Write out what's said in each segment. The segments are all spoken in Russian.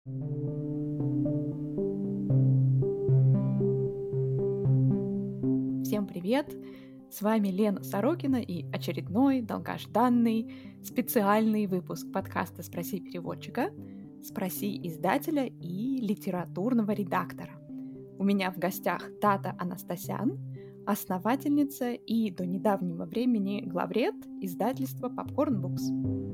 Всем привет! С вами Лена Сорокина и очередной долгожданный специальный выпуск подкаста «Спроси переводчика», «Спроси издателя» и литературного редактора. У меня в гостях Тата Анастасян, основательница и до недавнего времени главред издательства Popcorn Books.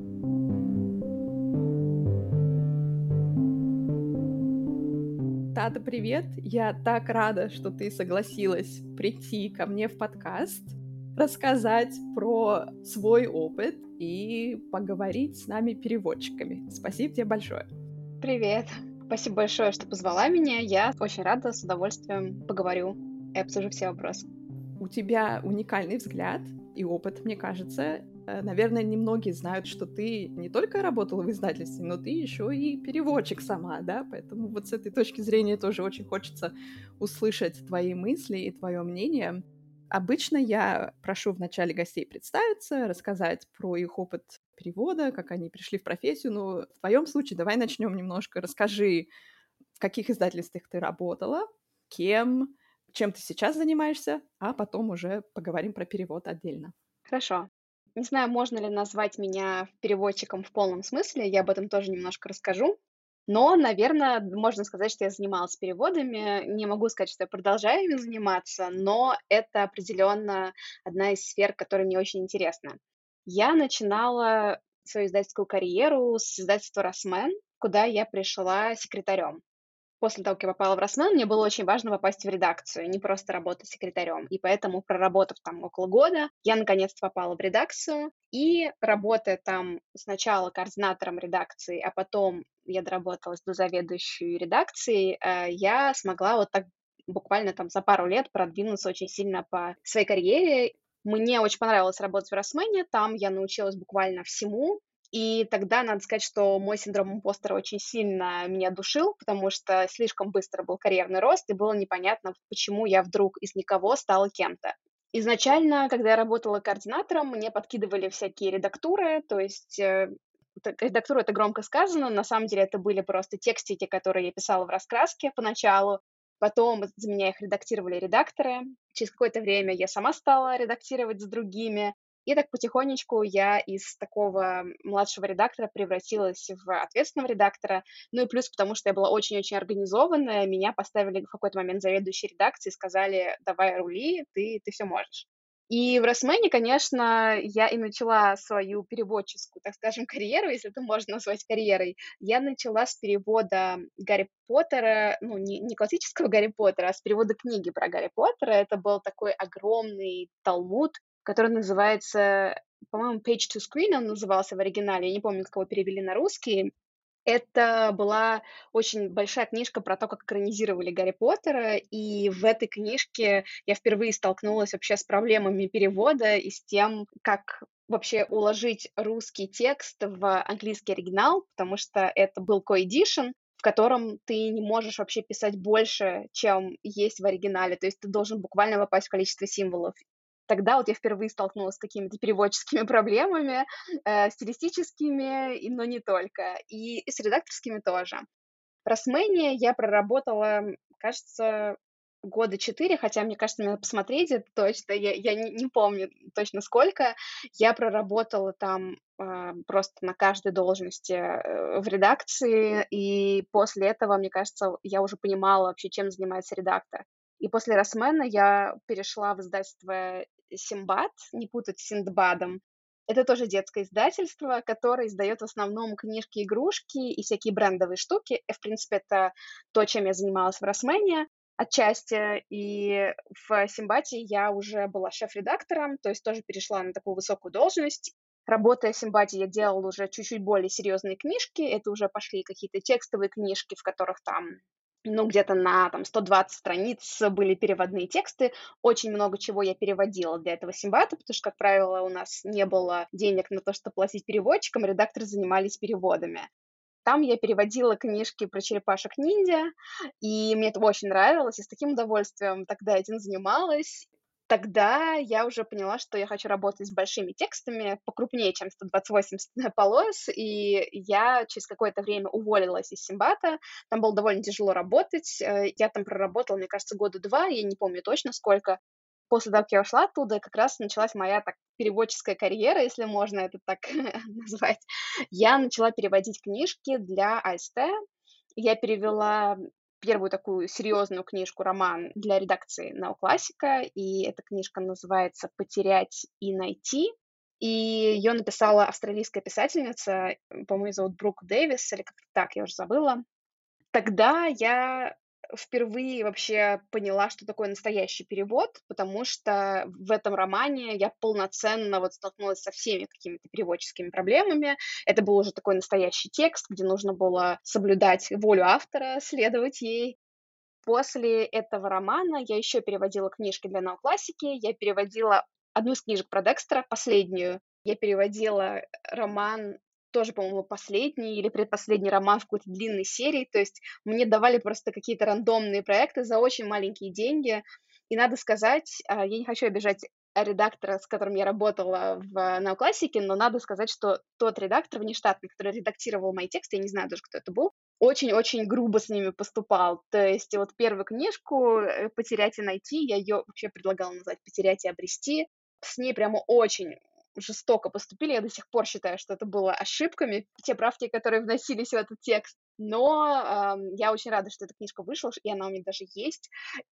Тата, привет! Я так рада, что ты согласилась прийти ко мне в подкаст, рассказать про свой опыт и поговорить с нами переводчиками. Спасибо тебе большое. Привет. Спасибо большое, что позвала меня. Я очень рада, с удовольствием поговорю и обсужу все вопросы. У тебя уникальный взгляд и опыт, мне кажется. Наверное, немногие знают, что ты не только работала в издательстве, но ты еще и переводчик сама, да? Поэтому вот с этой точки зрения тоже очень хочется услышать твои мысли и твое мнение. Обычно я прошу вначале гостей представиться, рассказать про их опыт перевода, как они пришли в профессию. Но в твоем случае давай начнем немножко. Расскажи, в каких издательствах ты работала, кем, чем ты сейчас занимаешься, а потом уже поговорим про перевод отдельно. Хорошо. Не знаю, можно ли назвать меня переводчиком в полном смысле, я об этом тоже немножко расскажу. Но, наверное, можно сказать, что я занималась переводами. Не могу сказать, что я продолжаю ими заниматься, но это определенно одна из сфер, которая мне очень интересна. Я начинала свою издательскую карьеру с издательства «Росмен», куда я пришла секретарем. После того, как я попала в «Росмен», мне было очень важно попасть в редакцию, не просто работать секретарем. И поэтому, проработав там около года, я наконец-то попала в редакцию. И работая там сначала координатором редакции, а потом я доработалась до заведующей редакцией, я смогла вот так буквально там за пару лет продвинуться очень сильно по своей карьере. Мне очень понравилось работать в «Росмене», там я научилась буквально всему, и тогда надо сказать, что мой синдром импостера очень сильно меня душил, потому что слишком быстро был карьерный рост, и было непонятно, почему я вдруг из никого стала кем-то. Изначально, когда я работала координатором, мне подкидывали всякие редактуры, то есть редактура — это громко сказано, на самом деле это были просто текстики, которые я писала в раскраске поначалу, потом за меня их редактировали редакторы, через какое-то время я сама стала редактировать за другими, и так потихонечку я из такого младшего редактора превратилась в ответственного редактора. Ну и плюс потому, что я была очень-очень организованная, меня поставили в какой-то момент заведующей редакцией, сказали: «Давай рули, ты все можешь». И в «Росмене», конечно, я и начала свою переводческую, так скажем, карьеру, если это можно назвать карьерой. Я начала с перевода Гарри Поттера, ну, не классического Гарри Поттера, а с перевода книги про Гарри Поттера. Это был такой огромный талмуд, который называется, по-моему, «Page to Screen» он назывался в оригинале, я не помню, как его перевели на русский. Это была очень большая книжка про то, как экранизировали Гарри Поттера, и в этой книжке я впервые столкнулась вообще с проблемами перевода и с тем, как вообще уложить русский текст в английский оригинал, потому что это был co-edition, в котором ты не можешь вообще писать больше, чем есть в оригинале, то есть ты должен буквально попасть в количество символов. Тогда вот я впервые столкнулась с какими-то переводческими проблемами, стилистическими, но не только, и с редакторскими тоже. В «Росмене» я проработала, кажется, года 4, хотя, мне кажется, надо посмотреть это точно, я не помню точно сколько. Я проработала там, просто на каждой должности, в редакции, и после этого, мне кажется, я уже понимала вообще, чем занимается редактор. И после «Росмена» я перешла в издательство «Симбад», не путать с «Синдбадом». Это тоже детское издательство, которое издает в основном книжки-игрушки и всякие брендовые штуки. В принципе, это то, чем я занималась в «Росмене» отчасти. И в «Симбате» я уже была шеф-редактором, то есть тоже перешла на такую высокую должность. Работая в «Симбате», я делала уже чуть-чуть более серьезные книжки. Это уже пошли какие-то текстовые книжки, в которых там, ну, где-то на там 120 страниц были переводные тексты. Очень много чего я переводила для этого «Симбата», потому что, как правило, у нас не было денег на то, чтобы платить переводчикам, редакторы занимались переводами. Там я переводила книжки про черепашек-ниндзя, и мне это очень нравилось, и с таким удовольствием тогда этим занималась. Тогда я уже поняла, что я хочу работать с большими текстами, покрупнее, чем 128 полос, и я через какое-то время уволилась из Симбата. Там было довольно тяжело работать. Я там проработала, мне кажется, года 2, я не помню точно сколько. После того, как я ушла оттуда, как раз началась моя так переводческая карьера, если можно это так назвать. Я начала переводить книжки для АСТ. Я перевела первую такую серьезную книжку, роман для редакции «Неоклассика», и эта книжка называется «Потерять и найти». И ее написала австралийская писательница, по-моему, её зовут Брук Дэвис или как-то так, я уже забыла. Тогда я впервые вообще поняла, что такое настоящий перевод, потому что в этом романе я полноценно вот столкнулась со всеми какими-то переводческими проблемами. Это был уже такой настоящий текст, где нужно было соблюдать волю автора, следовать ей. После этого романа я еще переводила книжки для неоклассики. Я переводила одну из книжек про Декстера, последнюю. Я переводила роман, тоже, по-моему, последний или предпоследний роман в какой-то длинной серии. То есть мне давали просто какие-то рандомные проекты за очень маленькие деньги. И надо сказать, я не хочу обижать редактора, с которым я работала в неоклассике, но надо сказать, что тот редактор внештатный, который редактировал мои тексты, я не знаю даже, кто это был, очень-очень грубо с ними поступал. То есть вот первую книжку «Потерять и найти», я ее вообще предлагала назвать «Потерять и обрести». С ней прямо очень жестоко поступили. Я до сих пор считаю, что это было ошибками, те правки, которые вносились в этот текст. Но я очень рада, что эта книжка вышла, и она у меня даже есть.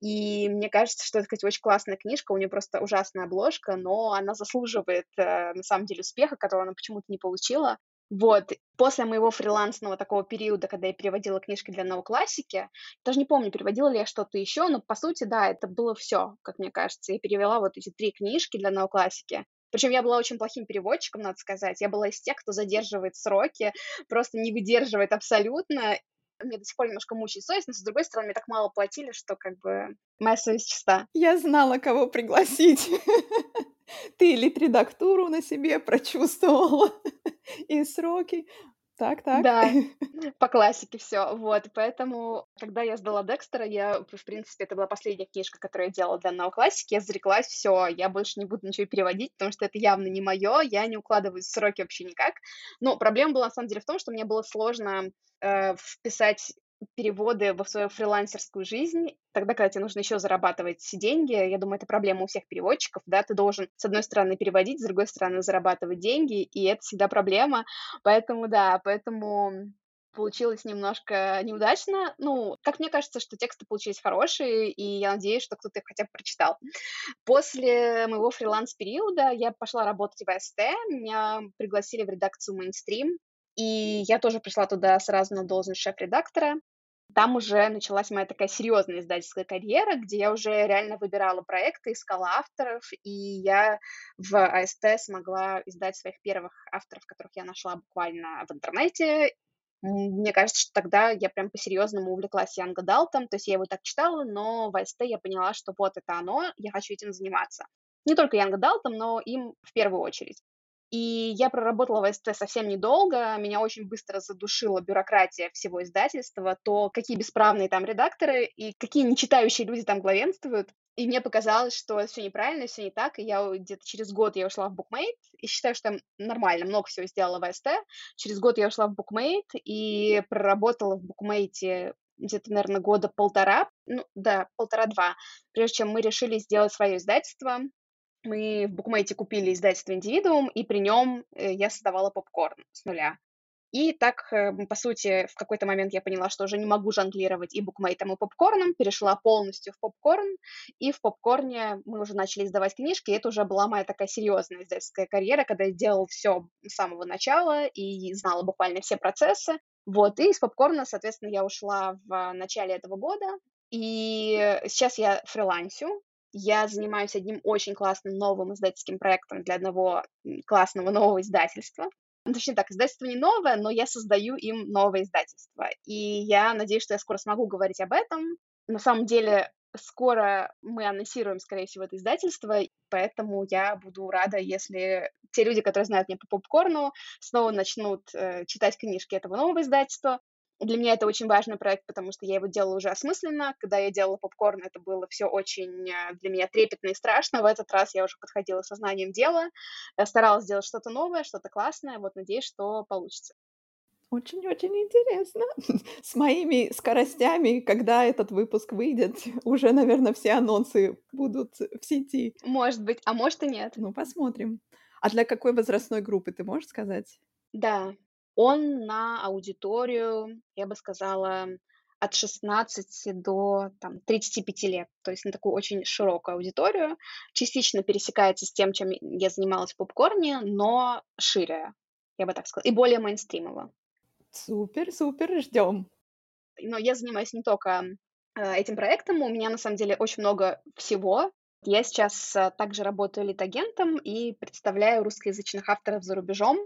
И мне кажется, что это, кстати, очень классная книжка. У нее просто ужасная обложка, но она заслуживает, на самом деле, успеха, которого она почему-то не получила. Вот. После моего фрилансного такого периода, когда я переводила книжки для неоклассики, даже не помню, переводила ли я что-то еще, но, по сути, да, это было все, как мне кажется. Я перевела вот эти 3 книжки для неоклассики. Причем я была очень плохим переводчиком, надо сказать. Я была из тех, кто задерживает сроки, просто не выдерживает абсолютно. Мне до сих пор немножко мучает совесть, но, с другой стороны, мне так мало платили, что как бы моя совесть чиста. Я знала, кого пригласить. Ты литредактуру на себе прочувствовала и сроки. Так, так. Да, по классике все. Вот, поэтому, когда я сдала Декстера, в принципе, это была последняя книжка, которую я делала для неоклассики, я зареклась: все, я больше не буду ничего переводить, потому что это явно не мое, я не укладываюсь в сроки вообще никак. Но проблема была, на самом деле, в том, что мне было сложно, вписать переводы во свою фрилансерскую жизнь, тогда, когда тебе нужно еще зарабатывать деньги. Я думаю, это проблема у всех переводчиков, да. Ты должен, с одной стороны, переводить, с другой стороны, зарабатывать деньги, и это всегда проблема. Поэтому да, поэтому получилось немножко неудачно. Ну, как мне кажется, что тексты получились хорошие, и я надеюсь, что кто-то их хотя бы прочитал. После моего фриланс-периода я пошла работать в АСТ, меня пригласили в редакцию «Мейнстрим», и я тоже пришла туда сразу на должность шеф-редактора. Там уже началась моя такая серьезная издательская карьера, где я уже реально выбирала проекты, искала авторов, и я в АСТ смогла издать своих первых авторов, которых я нашла буквально в интернете. Мне кажется, что тогда я прям по-серьезному увлеклась Янг Адалтом, то есть я его так читала, но в АСТ я поняла, что вот это оно, я хочу этим заниматься. Не только Янг Адалтом, но им в первую очередь. И я проработала в АСТ совсем недолго, меня очень быстро задушила бюрократия всего издательства, то, какие бесправные там редакторы и какие нечитающие люди там главенствуют. И мне показалось, что все неправильно, все не так, и где-то через год я ушла в Bookmate, и считаю, что я нормально, много всего сделала в АСТ. Через год я ушла в Bookmate и проработала в Bookmate где-то, наверное, года полтора, ну да, полтора-два, прежде чем мы решили сделать свое издательство. Мы в букмейте купили издательство «Индивидуум», и при нем я создавала попкорн с нуля. И так, по сути, в какой-то момент я поняла, что уже не могу жонглировать и букмейтом, и попкорном, перешла полностью в попкорн, и в попкорне мы уже начали издавать книжки, и это уже была моя такая серьезная издательская карьера, когда я делала все с самого начала и знала буквально все процессы. Вот, и из попкорна, соответственно, я ушла в начале этого года, и сейчас я фрилансю. Я занимаюсь одним очень классным новым издательским проектом для одного классного нового издательства. Ну, точнее так, издательство не новое, но я создаю им новое издательство. И я надеюсь, что я скоро смогу говорить об этом. На самом деле, скоро мы анонсируем, скорее всего, это издательство, поэтому я буду рада, если те люди, которые знают меня по попкорну, снова начнут читать книжки этого нового издательства. Для меня это очень важный проект, потому что я его делала уже осмысленно. Когда я делала попкорн, это было все очень, для меня трепетно и страшно. В этот раз я уже подходила со знанием дела, старалась сделать что-то новое, что-то классное. Вот надеюсь, что получится. Очень-очень интересно. С моими скоростями, когда этот выпуск выйдет, уже, наверное, все анонсы будут в сети. Может быть, а может и нет. Ну, посмотрим. А для какой возрастной группы, ты можешь сказать? Да, он на аудиторию, я бы сказала, от 16 до, там, 35 лет. То есть на такую очень широкую аудиторию. Частично пересекается с тем, чем я занималась в попкорне, но шире, я бы так сказала, и более мейнстримово. Супер, супер, ждем. Но я занимаюсь не только, этим проектом, у меня на самом деле очень много всего. Я сейчас, также работаю лид-агентом и представляю русскоязычных авторов за рубежом.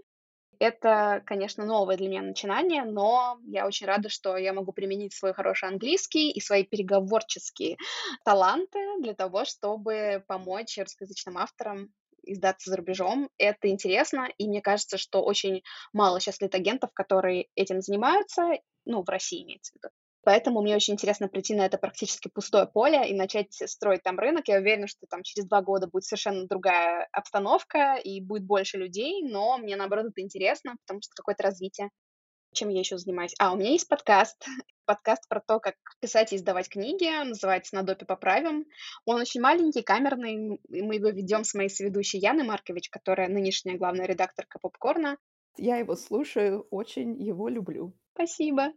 Это, конечно, новое для меня начинание, но я очень рада, что я могу применить свой хороший английский и свои переговорческие таланты для того, чтобы помочь русскоязычным авторам издаться за рубежом. Это интересно, и мне кажется, что очень мало сейчас литагентов, которые этим занимаются, ну, в России имеется в виду. Поэтому мне очень интересно прийти на это практически пустое поле и начать строить там рынок. Я уверена, что там через 2 года будет совершенно другая обстановка и будет больше людей, но мне, наоборот, это интересно, потому что какое-то развитие. Чем я еще занимаюсь? У меня есть подкаст. Подкаст про то, как писать и издавать книги. Называется «На допе поправим». Он очень маленький, камерный. И мы его ведем с моей соведущей Яной Маркович, которая нынешняя главная редакторка «Попкорна». Я его слушаю, очень его люблю. Спасибо.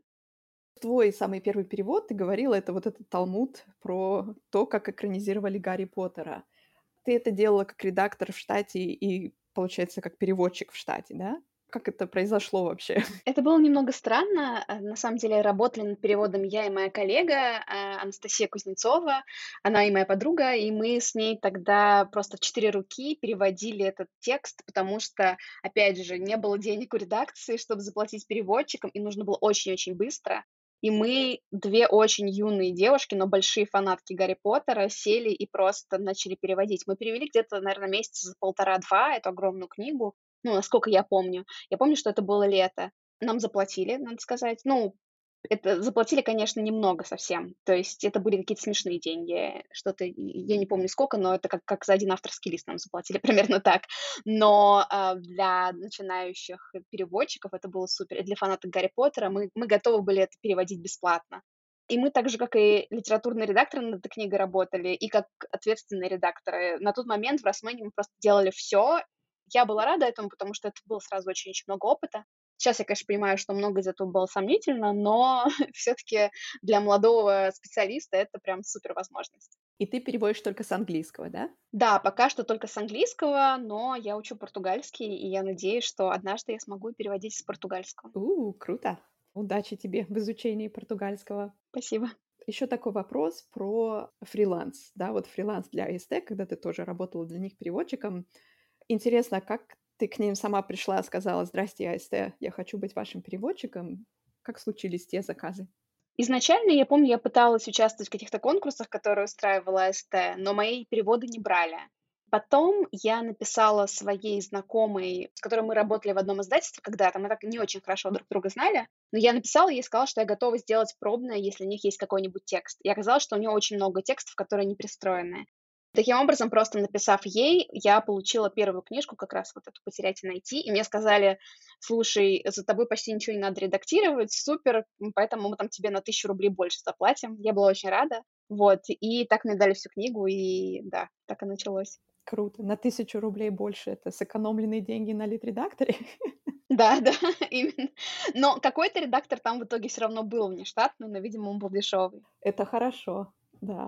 Твой самый первый перевод, ты говорила, это вот этот талмуд про то, как экранизировали Гарри Поттера. Ты это делала как редактор в штате и, получается, как переводчик в штате, да? Как это произошло вообще? Это было немного странно. На самом деле работали над переводом я и моя коллега, Анастасия Кузнецова. Она и моя подруга, и мы с ней тогда просто в 4 руки переводили этот текст, потому что, опять же, не было денег у редакции, чтобы заплатить переводчикам, и нужно было очень-очень быстро. И мы, 2 очень юные девушки, но большие фанатки Гарри Поттера, сели и просто начали переводить. Мы перевели где-то, наверное, месяца за 1,5-2 эту огромную книгу, ну, насколько я помню. Я помню, что это было лето. Нам заплатили, надо сказать. Ну, это заплатили, конечно, немного совсем. То есть это были какие-то смешные деньги. Что-то, я не помню сколько, но это как за один авторский лист нам заплатили, примерно так. Но, для начинающих переводчиков это было супер. И для фанаток Гарри Поттера мы готовы были это переводить бесплатно. И мы так же, как и литературные редакторы над этой книгой работали, и как ответственные редакторы. На тот момент в «Росмэне» мы просто делали все. Я была рада этому, потому что это было сразу очень-очень много опыта. Сейчас я, конечно, понимаю, что много из этого было сомнительно, но все-таки для молодого специалиста это прям супер возможность. И ты переводишь только с английского, да? Да, пока что только с английского, но я учу португальский, и я надеюсь, что однажды я смогу переводить с португальского. Круто. Удачи тебе в изучении португальского. Спасибо. Еще такой вопрос про фриланс, да, вот фриланс для АСТ, когда ты тоже работала для них переводчиком. Интересно, как ты к ним сама пришла, сказала: «Здрасте, АСТ, я хочу быть вашим переводчиком». Как случились те заказы? Изначально, я помню, я пыталась участвовать в каких-то конкурсах, которые устраивала АСТ, но мои переводы не брали. Потом я написала своей знакомой, с которой мы работали в одном издательстве когда-то, мы так не очень хорошо друг друга знали, но я написала ей и сказала, что я готова сделать пробное, если у них есть какой-нибудь текст. И оказалось, что у нее очень много текстов, которые не пристроены. Таким образом, просто написав ей, я получила первую книжку, как раз вот эту «Потерять и найти», и мне сказали: «Слушай, за тобой почти ничего не надо редактировать, супер, поэтому мы там тебе на 1,000 рублей больше заплатим». Я была очень рада. Вот, и так мне дали всю книгу, и да, так и началось. Круто. На 1000 рублей больше — это сэкономленные деньги на литредакторе. Да, да, именно. Но какой-то редактор там в итоге все равно был внештатный, но, видимо, он был дешевый. Это хорошо, да.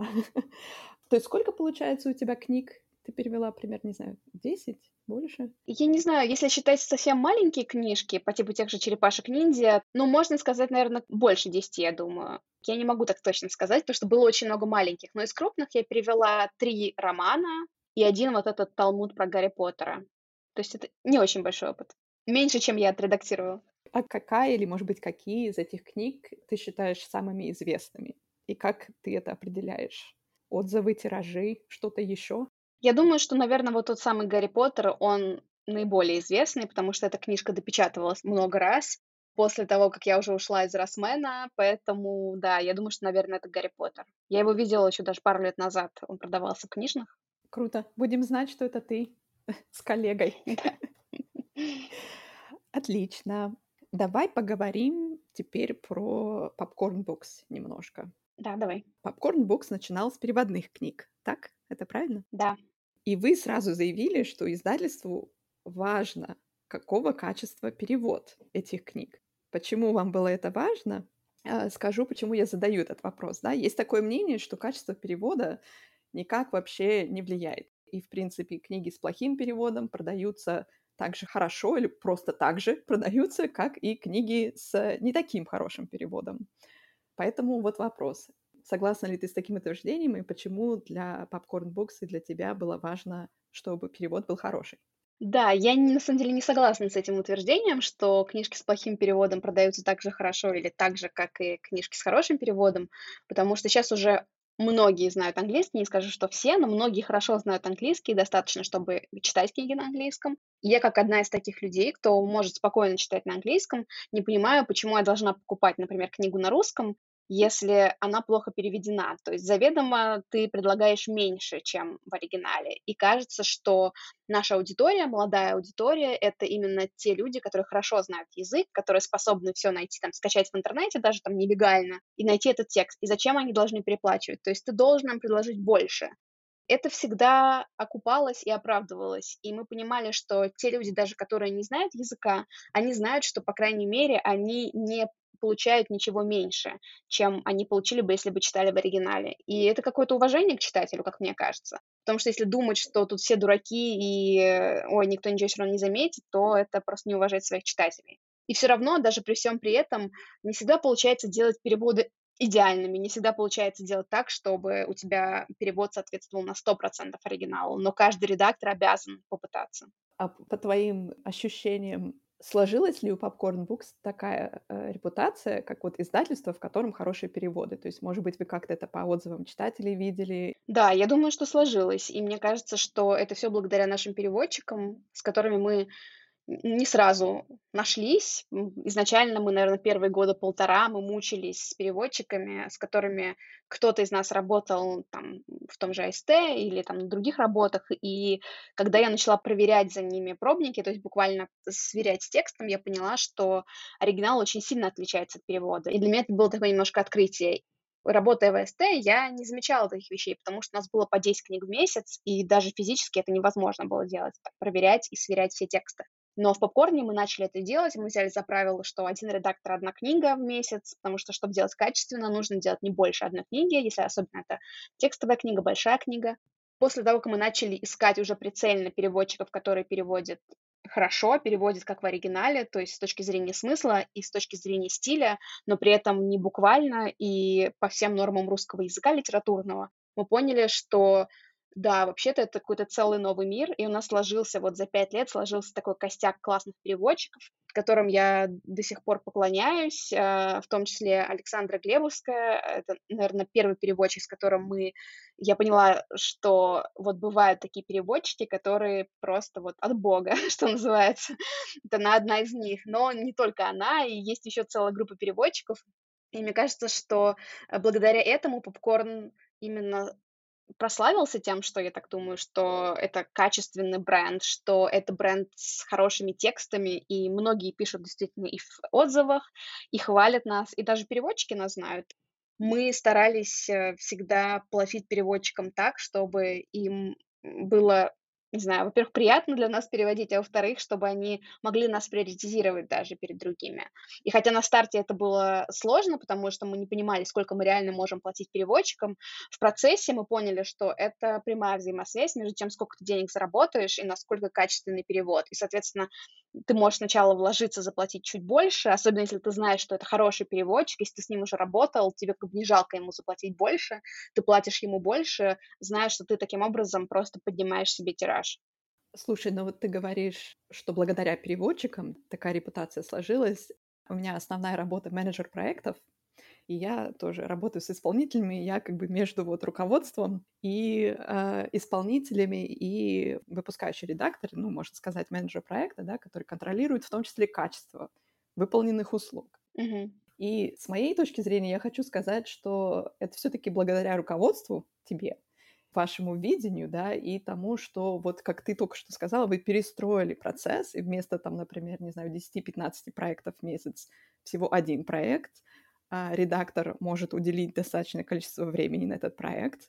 То есть сколько, получается, у тебя книг ты перевела? Примерно, не знаю, 10? Больше? Я не знаю, если считать совсем маленькие книжки по типу тех же «Черепашек-ниндзя», ну, можно сказать, наверное, больше 10, я думаю. Я не могу так точно сказать, потому что было очень много маленьких. Но из крупных я перевела 3 романа и один вот этот талмуд про Гарри Поттера. То есть это не очень большой опыт. Меньше, чем я отредактировала. А какая или, может быть, какие из этих книг ты считаешь самыми известными? И как ты это определяешь? Отзывы, тиражи, что-то еще? Я думаю, что, наверное, вот тот самый «Гарри Поттер», он наиболее известный, потому что эта книжка допечатывалась много раз. после того, как я уже ушла из Росмена, поэтому, да, я думаю, что, наверное, это Гарри Поттер. Я его видела еще даже пару лет назад, он продавался в книжных. Круто. Будем знать, что это ты с коллегой. Да. Отлично. Давай поговорим теперь про Popcorn Books немножко. Да, давай. Popcorn Books начинал с переводных книг, так? Это правильно? Да. И вы сразу заявили, что издательству важно, какого качества перевод этих книг. Почему вам было это важно? Скажу, почему я задаю этот вопрос. Да? Есть такое мнение, что качество перевода никак вообще не влияет. И, в принципе, книги с плохим переводом продаются так же хорошо или просто так же продаются, как и книги с не таким хорошим переводом. Поэтому вот вопрос. Согласна ли ты с таким утверждением, и почему для Popcorn Books и для тебя было важно, чтобы перевод был хороший? Да, я на самом деле не согласна с этим утверждением, что книжки с плохим переводом продаются так же хорошо или так же, как и книжки с хорошим переводом, потому что сейчас уже многие знают английский, не скажу, что все, но многие хорошо знают английский, достаточно, чтобы читать книги на английском. И я как одна из таких людей, кто может спокойно читать на английском, не понимаю, почему я должна покупать, например, книгу на русском, если она плохо переведена. То есть заведомо ты предлагаешь меньше, чем в оригинале. И кажется, что наша аудитория, молодая аудитория, это именно те люди, которые хорошо знают язык, которые способны все найти, там, скачать в интернете, даже там нелегально, и найти этот текст. И зачем они должны переплачивать? То есть ты должен им предложить больше. Это всегда окупалось и оправдывалось. И мы понимали, что те люди, даже которые не знают языка, они знают, что, по крайней мере, они не получают ничего меньше, чем они получили бы, если бы читали в оригинале. И это какое-то уважение к читателю, как мне кажется. Потому что если думать, что тут все дураки и, ой, никто ничего все равно не заметит, то это просто не уважать своих читателей. И все равно, даже при всем при этом, не всегда получается делать переводы идеальными. Не всегда получается делать так, чтобы у тебя перевод соответствовал на 100% оригиналу, но каждый редактор обязан попытаться. А по твоим ощущениям, сложилась ли у Popcorn Books такая репутация, как вот издательство, в котором хорошие переводы? То есть, может быть, вы как-то это по отзывам читателей видели? Да, я думаю, что сложилось, и мне кажется, что это все благодаря нашим переводчикам, с которыми мы не сразу нашлись. Изначально мы, наверное, первые года полтора мы мучились с переводчиками, с которыми кто-то из нас работал там в том же АСТ или там на других работах. И когда я начала проверять за ними пробники, то есть буквально сверять с текстом, я поняла, что оригинал очень сильно отличается от перевода. И для меня это было такое немножко открытие. Работая в АСТ, я не замечала таких вещей, потому что у нас было по 10 книг в месяц, и даже физически это невозможно было делать, так, проверять и сверять все тексты. Но в попкорне мы начали это делать. Мы взяли за правило, что один редактор — одна книга в месяц, потому что, чтобы делать качественно, нужно делать не больше одной книги, если особенно это текстовая книга, большая книга. После того, как мы начали искать уже прицельно переводчиков, которые переводят хорошо, переводят как в оригинале, то есть с точки зрения смысла и с точки зрения стиля, но при этом не буквально и по всем нормам русского языка литературного, мы поняли, что да, вообще-то это какой-то целый новый мир, и у нас сложился вот за 5 лет сложился такой костяк классных переводчиков, которым я до сих пор поклоняюсь, в том числе Александра Глебовская. Это, наверное, первый переводчик, с которым я поняла, что вот бывают такие переводчики, которые просто вот от бога, что называется. Это она одна из них. Но не только она, и есть еще целая группа переводчиков. И мне кажется, что благодаря этому попкорн именно прославился тем, что я так думаю, что это качественный бренд, что это бренд с хорошими текстами, и многие пишут действительно и в отзывах, и хвалят нас, и даже переводчики нас знают. Мы старались всегда платить переводчикам так, чтобы им было, не знаю, во-первых, приятно для нас переводить, а во-вторых, чтобы они могли нас приоритизировать даже перед другими. И хотя на старте это было сложно, потому что мы не понимали, сколько мы реально можем платить переводчикам, в процессе мы поняли, что это прямая взаимосвязь между тем, сколько ты денег заработаешь и насколько качественный перевод. И, соответственно, ты можешь сначала вложиться, заплатить чуть больше, особенно если ты знаешь, что это хороший переводчик, если ты с ним уже работал, тебе как бы не жалко ему заплатить больше, ты платишь ему больше, зная, что ты таким образом просто поднимаешь себе тираж. Слушай, ну вот ты говоришь, что благодаря переводчикам такая репутация сложилась. У меня основная работа — менеджер проектов, и я тоже работаю с исполнителями. Я как бы между вот руководством и исполнителями, и выпускающий редактор, ну, можно сказать, менеджер проекта, да, который контролирует в том числе качество выполненных услуг. Мгм. И с моей точки зрения я хочу сказать, что это все-таки благодаря руководству тебе, вашему видению, да, и тому, что вот как ты только что сказала, вы перестроили процесс, и вместо там, например, не знаю, 10-15 проектов в месяц всего один проект, редактор может уделить достаточное количество времени на этот проект,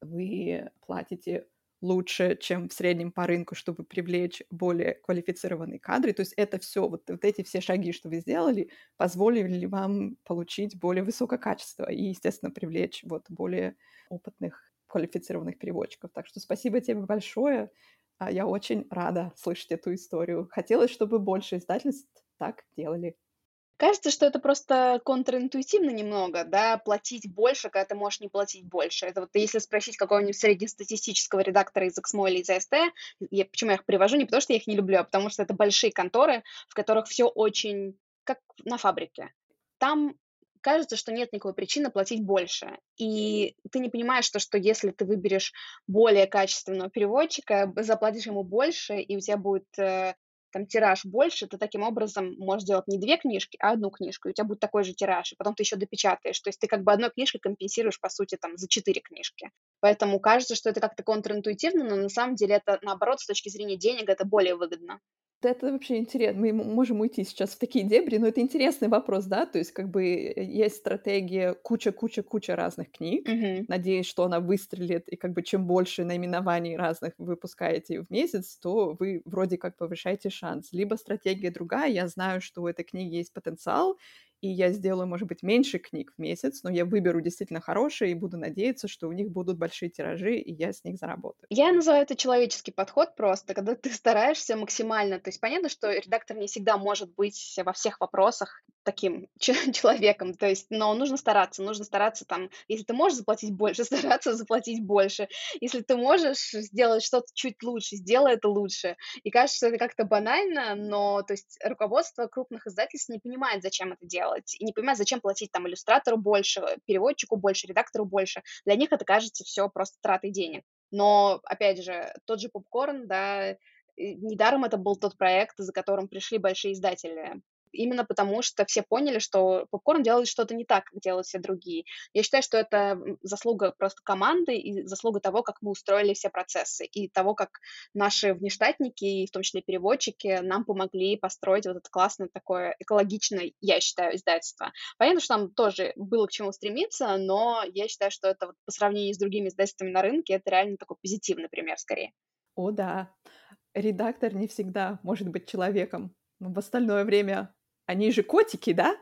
вы платите лучше, чем в среднем по рынку, чтобы привлечь более квалифицированные кадры. То есть это все, вот эти все шаги, что вы сделали, позволили вам получить более высокое качество и, естественно, привлечь вот более опытных, квалифицированных переводчиков. Так что спасибо тебе большое. Я очень рада слышать эту историю. Хотелось, чтобы больше издательств так делали. Кажется, что это просто контринтуитивно немного, да, платить больше, когда ты можешь не платить больше. Это вот если спросить какого-нибудь среднестатистического редактора из Эксмо или из АСТ, почему я их привожу, не потому что я их не люблю, а потому что это большие конторы, в которых все очень как на фабрике. Там кажется, что нет никакой причины платить больше. И ты не понимаешь, что если ты выберешь более качественного переводчика, заплатишь ему больше, и у тебя будет там тираж больше, ты таким образом можешь делать не 2 книжки, а одну книжку, и у тебя будет такой же тираж, и потом ты еще допечатаешь. То есть ты как бы одной книжкой компенсируешь, по сути, там, за 4 книжки. Поэтому кажется, что это как-то контринтуитивно, но на самом деле это, наоборот, с точки зрения денег, это более выгодно. Это вообще интересно. Мы можем уйти сейчас в такие дебри, но это интересный вопрос, да? То есть как бы есть стратегия куча разных книг. Мгм. Надеюсь, что она выстрелит, и как бы чем больше наименований разных вы выпускаете в месяц, то вы вроде как повышаете шанс. Либо стратегия другая. Я знаю, что у этой книги есть потенциал, и я сделаю, может быть, меньше книг в месяц, но я выберу действительно хорошие и буду надеяться, что у них будут большие тиражи, и я с них заработаю. Я называю это человеческий подход просто, когда ты стараешься максимально. То есть понятно, что редактор не всегда может быть во всех вопросах таким человеком, то есть, но нужно стараться там, если ты можешь заплатить больше, стараться заплатить больше. Если ты можешь сделать что-то чуть лучше, сделай это лучше. И кажется, что это как-то банально, но то есть руководство крупных издательств не понимает, зачем это делать, и не понимает, зачем платить там иллюстратору больше, переводчику больше, редактору больше. Для них это кажется все просто тратой денег. Но, опять же, тот же попкорн, да, недаром это был тот проект, за которым пришли большие издатели. Именно потому, что все поняли, что попкорн делает что-то не так, как делают все другие. Я считаю, что это заслуга просто команды и заслуга того, как мы устроили все процессы, и того, как наши внештатники, и в том числе переводчики, нам помогли построить вот это классное такое экологичное, я считаю, издательство. Понятно, что нам тоже было к чему стремиться, но я считаю, что это вот по сравнению с другими издательствами на рынке, это реально такой позитивный пример скорее. О да, редактор не всегда может быть человеком, но в остальное время они же котики, да?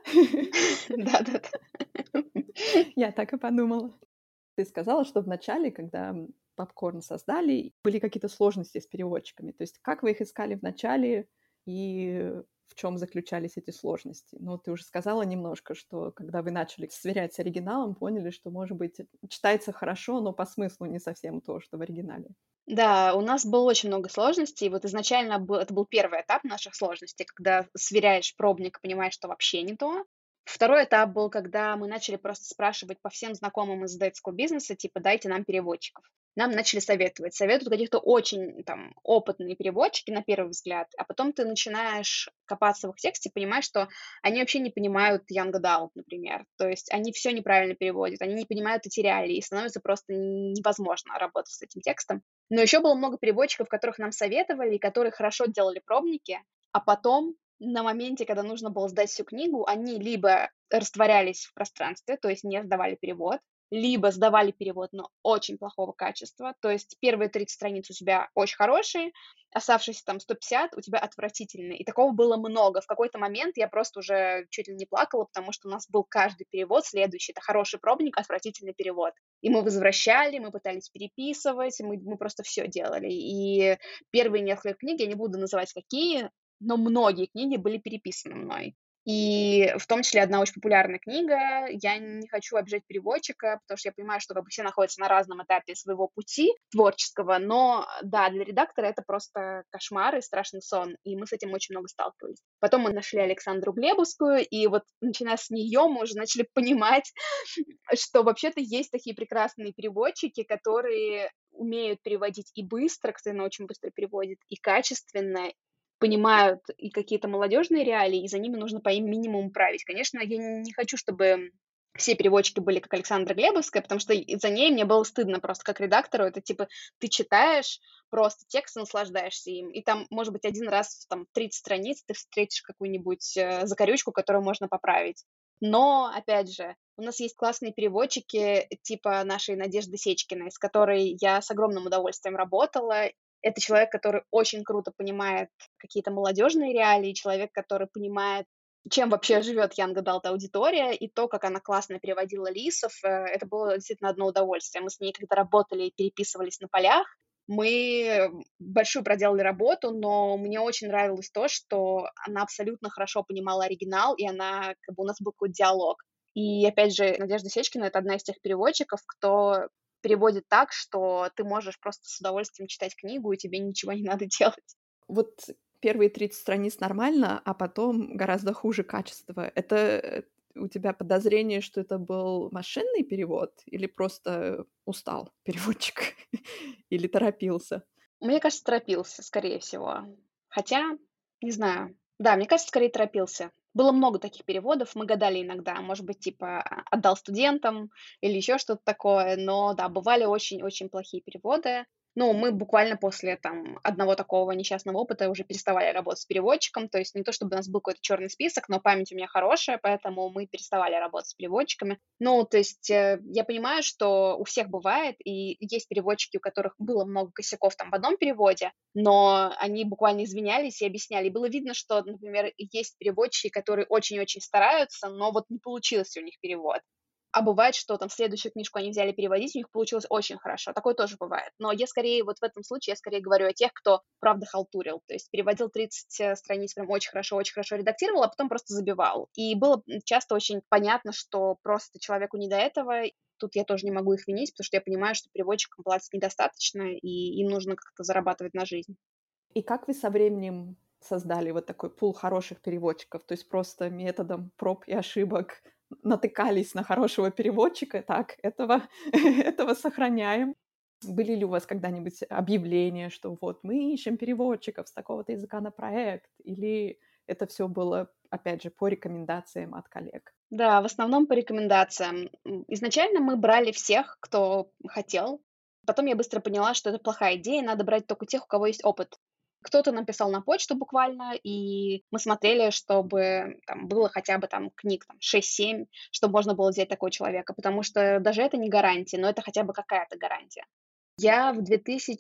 Да-да-да. Я так и подумала. Ты сказала, что в начале, когда, попкорн создали, были какие-то сложности с переводчиками. То есть как вы их искали в начале и в чем заключались эти сложности? Ну, ты уже сказала немножко, что когда вы начали сверять с оригиналом, поняли, что, может быть, читается хорошо, но по смыслу не совсем то, что в оригинале. Да, у нас было очень много сложностей. Вот изначально это был первый этап наших сложностей, когда сверяешь пробник, понимаешь, что вообще не то. Второй этап был, когда мы начали просто спрашивать по всем знакомым из издательского бизнеса, типа, дайте нам переводчиков. Нам начали советовать. Советуют каких-то очень там опытные переводчики на первый взгляд, а потом ты начинаешь копаться в их тексте, понимаешь, что они вообще не понимают young adult, например. То есть они все неправильно переводят, они не понимают эти реалии, и становится просто невозможно работать с этим текстом. Но еще было много переводчиков, которых нам советовали, и которые хорошо делали пробники, а потом на моменте, когда нужно было сдать всю книгу, они либо растворялись в пространстве, то есть не сдавали перевод, либо сдавали перевод, но очень плохого качества. То есть первые 30 страниц у тебя очень хорошие, оставшиеся там 150 у тебя отвратительные. И такого было много. В какой-то момент я просто уже чуть ли не плакала, потому что у нас был каждый перевод следующий. Это хороший пробник, отвратительный перевод. И мы возвращали, мы пытались переписывать, мы просто все делали. И первые несколько книг, я не буду называть какие, но многие книги были переписаны мной. И в том числе одна очень популярная книга. Я не хочу обижать переводчика, потому что я понимаю, что как бы все находятся на разном этапе своего пути творческого, но да, для редактора это просто кошмар и страшный сон, и мы с этим очень много сталкивались. Потом мы нашли Александру Глебовскую, и вот начиная с нее мы уже начали понимать, что вообще-то есть такие прекрасные переводчики, которые умеют переводить и быстро, кстати, она очень быстро переводит, и качественно, понимают и какие-то молодежные реалии, и за ними нужно по минимуму править. Конечно, я не хочу, чтобы все переводчики были как Александра Глебовская, потому что из-за ней мне было стыдно просто как редактору. Это типа ты читаешь просто текст и наслаждаешься им. И там, может быть, один раз там 30 страниц ты встретишь какую-нибудь закорючку, которую можно поправить. Но, опять же, у нас есть классные переводчики типа нашей Надежды Сечкиной, с которой я с огромным удовольствием работала. Это человек, который очень круто понимает какие-то молодежные реалии, человек, который понимает, чем вообще живет Young Adult аудитория, и то, как она классно переводила лисов, это было действительно одно удовольствие. Мы с ней когда работали и переписывались на полях, мы большую проделали работу, но мне очень нравилось то, что она абсолютно хорошо понимала оригинал, и она, как бы у нас был какой-то диалог. И опять же, Надежда Сечкина — это одна из тех переводчиков, кто переводит так, что ты можешь просто с удовольствием читать книгу, и тебе ничего не надо делать. Вот первые 30 страниц нормально, а потом гораздо хуже качество. Это у тебя подозрение, что это был машинный перевод или просто устал переводчик или торопился? Мне кажется, торопился, скорее всего. Хотя, не знаю. Да, мне кажется, скорее торопился. Было много таких переводов, мы гадали иногда, может быть, типа отдал студентам или еще что-то такое, но да, бывали очень-очень плохие переводы. Ну, мы буквально после там одного такого несчастного опыта уже переставали работать с переводчиком, то есть не то чтобы у нас был какой-то черный список, но память у меня хорошая, поэтому мы переставали работать с переводчиками. Ну, то есть я понимаю, что у всех бывает, и есть переводчики, у которых было много косяков там в одном переводе, но они буквально извинялись и объясняли. И было видно, что, например, есть переводчики, которые очень-очень стараются, но вот не получился у них перевод. А бывает, что там следующую книжку они взяли переводить, у них получилось очень хорошо. Такое тоже бывает. Но я скорее, вот в этом случае, я скорее говорю о тех, кто правда халтурил. То есть переводил 30 страниц прям очень хорошо редактировал, а потом просто забивал. И было часто очень понятно, что просто человеку не до этого. Тут я тоже не могу их винить, потому что я понимаю, что переводчикам платят недостаточно, и им нужно как-то зарабатывать на жизнь. И как вы со временем создали вот такой пул хороших переводчиков? То есть просто методом проб и ошибок натыкались на хорошего переводчика? Так, этого этого сохраняем. Были ли у вас когда-нибудь объявления, что вот мы ищем переводчиков с такого-то языка на проект? Или это все было, опять же, по рекомендациям от коллег? Да, в основном по рекомендациям. Изначально мы брали всех, кто хотел. Потом я быстро поняла, что это плохая идея, надо брать только тех, у кого есть опыт. Кто-то нам писал на почту буквально, и мы смотрели, чтобы там было хотя бы там книг там 6-7, чтобы можно было взять такого человека, потому что даже это не гарантия, но это хотя бы какая-то гарантия. Я в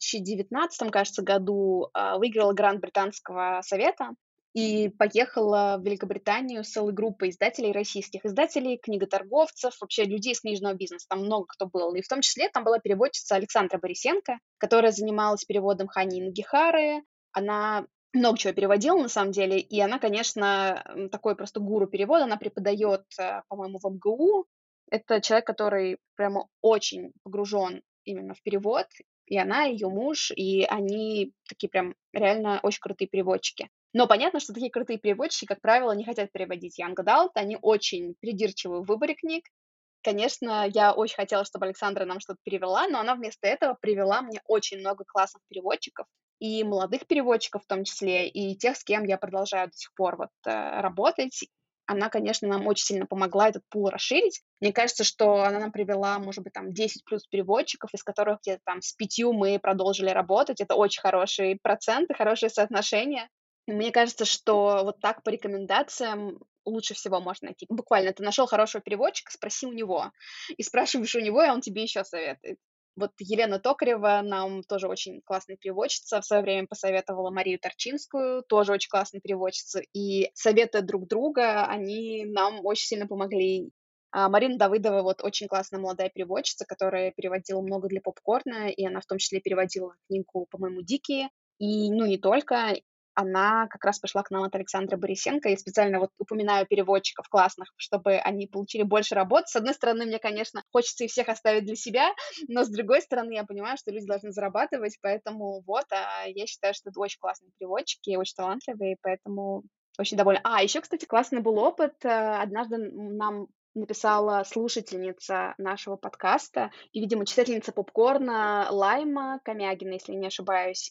2019, кажется, году выиграла грант Британского совета и поехала в Великобританию с целой группой издателей российских, издателей, книготорговцев, вообще людей из книжного бизнеса, там много кто был. И в том числе там была переводчица Александра Борисенко, которая занималась переводом Хани Нагихары. Она много чего переводила, на самом деле, и она, конечно, такой просто гуру перевода, она преподает, по-моему, в МГУ. Это человек, который прямо очень погружен именно в перевод, и она, и её муж, и они такие прям реально очень крутые переводчики. Но понятно, что такие крутые переводчики, как правило, не хотят переводить young adult, они очень придирчивы в выборе книг. Конечно, я очень хотела, чтобы Александра нам что-то перевела, но она вместо этого привела мне очень много классных переводчиков, и молодых переводчиков в том числе, и тех, с кем я продолжаю до сих пор вот, работать. Она, конечно, нам очень сильно помогла этот пул расширить. Мне кажется, что она нам привела, может быть, там 10 плюс переводчиков, из которых где-то там с 5 мы продолжили работать. Это очень хорошие проценты, хорошее соотношение. И мне кажется, что вот так по рекомендациям лучше всего можно найти. Буквально ты нашел хорошего переводчика, спроси у него. И спрашиваешь у него, и он тебе еще советует. Вот Елена Токарева нам тоже очень классная переводчица. В свое время посоветовала Марию Торчинскую, тоже очень классная переводчица. И советы друг друга, они нам очень сильно помогли. А Марина Давыдова вот очень классная молодая переводчица, которая переводила много для попкорна, и она в том числе переводила книгу, по-моему, «Дикие». И, ну, не только. Она как раз пошла к нам от Александры Борисенко. Я специально вот упоминаю переводчиков классных, чтобы они получили больше работы. С одной стороны, мне, конечно, хочется их всех оставить для себя, но с другой стороны, я понимаю, что люди должны зарабатывать, поэтому вот, я считаю, что это очень классные переводчики, очень талантливые, поэтому очень довольна. Еще, кстати, классный был опыт. Однажды нам написала слушательница нашего подкаста и, видимо, читательница попкорна Лайма Комягина, если не ошибаюсь.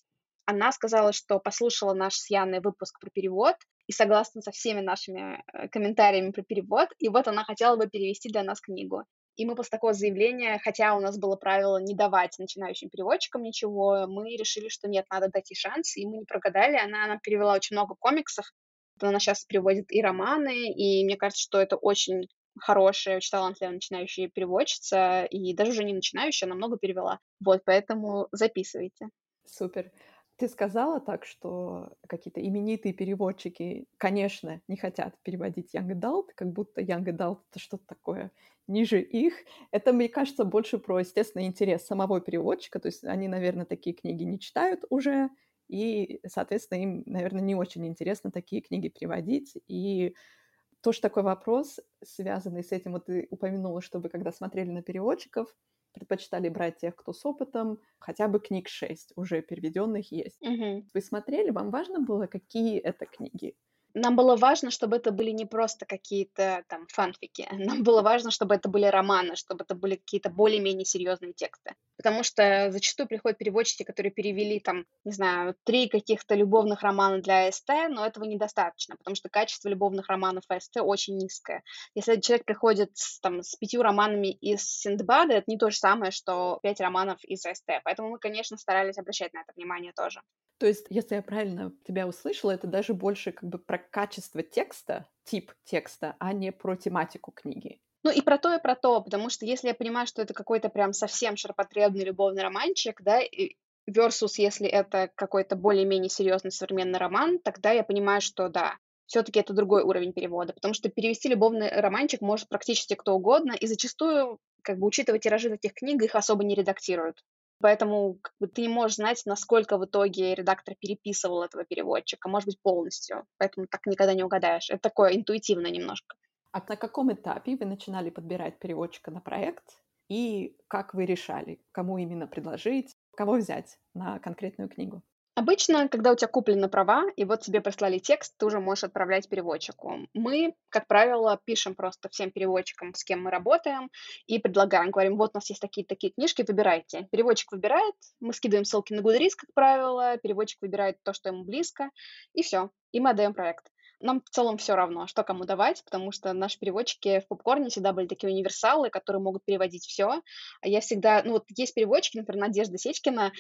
Она сказала, что послушала наш с Яной выпуск про перевод и согласна со всеми нашими комментариями про перевод, и вот она хотела бы перевести для нас книгу. И мы после такого заявления, хотя у нас было правило не давать начинающим переводчикам ничего, мы решили, что нет, надо дать ей шанс, и мы не прогадали. Она перевела очень много комиксов, она сейчас переводит и романы, и мне кажется, что это очень хорошая, очень талантливая начинающая переводчица, и даже уже не начинающая, она много перевела. Вот, поэтому записывайте. Супер. Ты сказала так, что какие-то именитые переводчики, конечно, не хотят переводить young adult, как будто young adult — это что-то такое ниже их. Это, мне кажется, больше про естественный интерес самого переводчика. То есть они, наверное, такие книги не читают уже, и, соответственно, им, наверное, не очень интересно такие книги переводить. И тоже такой вопрос, связанный с этим. Вот ты упомянула, что вы, когда смотрели на переводчиков, предпочитали брать тех, кто с опытом, хотя бы книг 6 уже переведенных есть. Мгм. Вы смотрели, вам важно было, какие это книги? Нам было важно, чтобы это были не просто какие-то там фанфики. Нам было важно, чтобы это были романы, чтобы это были какие-то более-менее серьезные тексты. Потому что зачастую приходят переводчики, которые перевели там, не знаю, 3 каких-то любовных романа для АСТ, но этого недостаточно, потому что качество любовных романов АСТ очень низкое. Если человек приходит с 5 романами из Синдбада, это не то же самое, что 5 романов из АСТ. Поэтому мы, конечно, старались обращать на это внимание тоже. То есть, если я правильно тебя услышала, это даже больше как бы про качество текста, тип текста, а не про тематику книги. Ну, и про то, потому что если я понимаю, что это какой-то прям совсем ширпотребный любовный романчик, да, и versus если это какой-то более-менее серьезный современный роман, тогда я понимаю, что да, все-таки это другой уровень перевода, потому что перевести любовный романчик может практически кто угодно, и зачастую, как бы, учитывая тиражи таких книг, их особо не редактируют. Поэтому как бы, ты не можешь знать, насколько в итоге редактор переписывал этого переводчика, может быть, полностью. Поэтому так никогда не угадаешь. Это такое интуитивно немножко. А на каком этапе вы начинали подбирать переводчика на проект? И как вы решали, кому именно предложить, кого взять на конкретную книгу? Обычно, когда у тебя куплены права, и вот тебе прислали текст, ты уже можешь отправлять переводчику. Мы, как правило, пишем просто всем переводчикам, с кем мы работаем, и предлагаем, говорим, вот у нас есть такие-такие книжки, выбирайте. Переводчик выбирает, мы скидываем ссылки на Goodreads, как правило, переводчик выбирает то, что ему близко, и все, и мы отдаем проект. Нам в целом все равно, что кому давать, потому что наши переводчики в попкорне всегда были такие универсалы, которые могут переводить все. А я всегда, ну вот есть переводчики, например, Надежда Сечкина,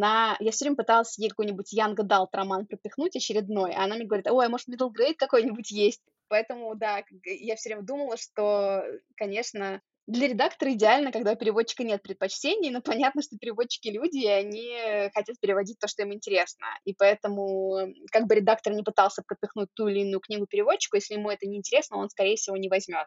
я все время пыталась ей какой-нибудь young adult роман пропихнуть очередной, а она мне говорит: "Ой, а может, middle grade какой-нибудь есть?" Поэтому да, я все время думала, что, конечно, для редактора идеально, когда у переводчика нет предпочтений, но понятно, что переводчики люди, и они хотят переводить то, что им интересно. И поэтому, как бы редактор не пытался пропихнуть ту или иную книгу переводчику, если ему это не интересно, он, скорее всего, не возьмет.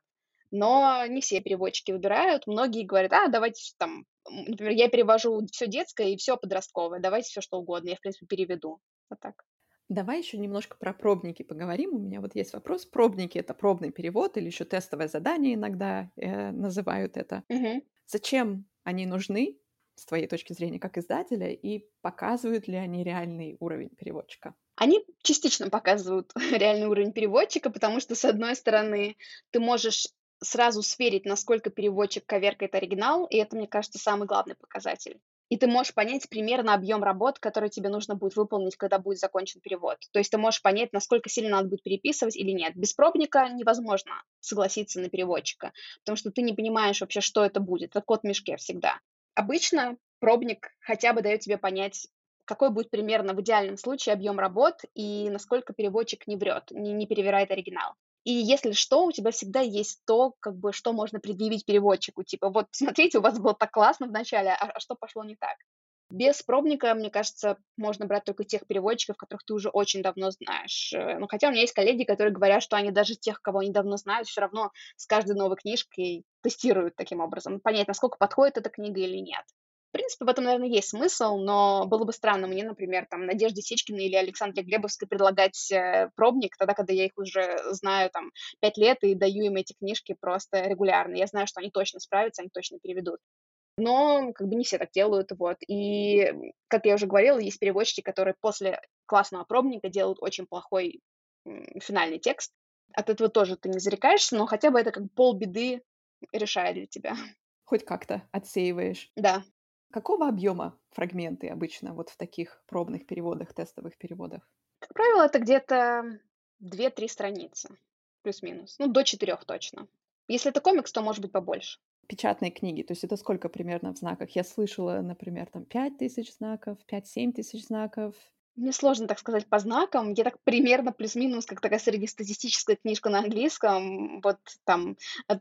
Но не все переводчики выбирают. Многие говорят: давайте там, например, я перевожу все детское и все подростковое, давайте все что угодно, я, в принципе, переведу. Вот так. Давай еще немножко про пробники поговорим. У меня вот есть вопрос. Пробники — это пробный перевод или еще тестовое задание иногда называют это. Мгм. Зачем они нужны, с твоей точки зрения, как издателя, и показывают ли они реальный уровень переводчика? Они частично показывают реальный уровень переводчика, потому что, с одной стороны, ты можешь сразу сверить, насколько переводчик коверкает оригинал, и это, мне кажется, самый главный показатель. И ты можешь понять примерно объем работ, который тебе нужно будет выполнить, когда будет закончен перевод. То есть ты можешь понять, насколько сильно надо будет переписывать или нет. Без пробника невозможно согласиться на переводчика, потому что ты не понимаешь вообще, что это будет. Это кот в мешке всегда. Обычно пробник хотя бы дает тебе понять, какой будет примерно в идеальном случае объем работ и насколько переводчик не врет, не перевирает оригинал. И если что, у тебя всегда есть то, как бы, что можно предъявить переводчику. Типа, вот, смотрите, у вас было так классно вначале, а что пошло не так? Без пробника, мне кажется, можно брать только тех переводчиков, которых ты уже очень давно знаешь. Ну, хотя у меня есть коллеги, которые говорят, что они даже тех, кого они давно знают, все равно с каждой новой книжкой тестируют таким образом, понять, насколько подходит эта книга или нет. В принципе, в этом, наверное, есть смысл, но было бы странно мне, например, там, Надежде Сечкиной или Александре Глебовской предлагать пробник, тогда, когда я их уже знаю там 5 лет и даю им эти книжки просто регулярно. Я знаю, что они точно справятся, они точно переведут. Но как бы не все так делают, вот. И, как я уже говорила, есть переводчики, которые после классного пробника делают очень плохой финальный текст. От этого тоже ты не зарекаешься, но хотя бы это как полбеды решает для тебя. Хоть как-то отсеиваешь. Да. Какого объема фрагменты обычно вот в таких пробных переводах, тестовых переводах? Как правило, это где-то 2-3 страницы, плюс-минус. Ну, до 4 точно. Если это комикс, то может быть побольше. Печатные книги, то есть это сколько примерно в знаках? Я слышала, например, там 5000 знаков, 5-7 тысяч знаков. Мне сложно так сказать по знакам. Я так примерно плюс-минус, как такая среднестатистическая книжка на английском. Вот там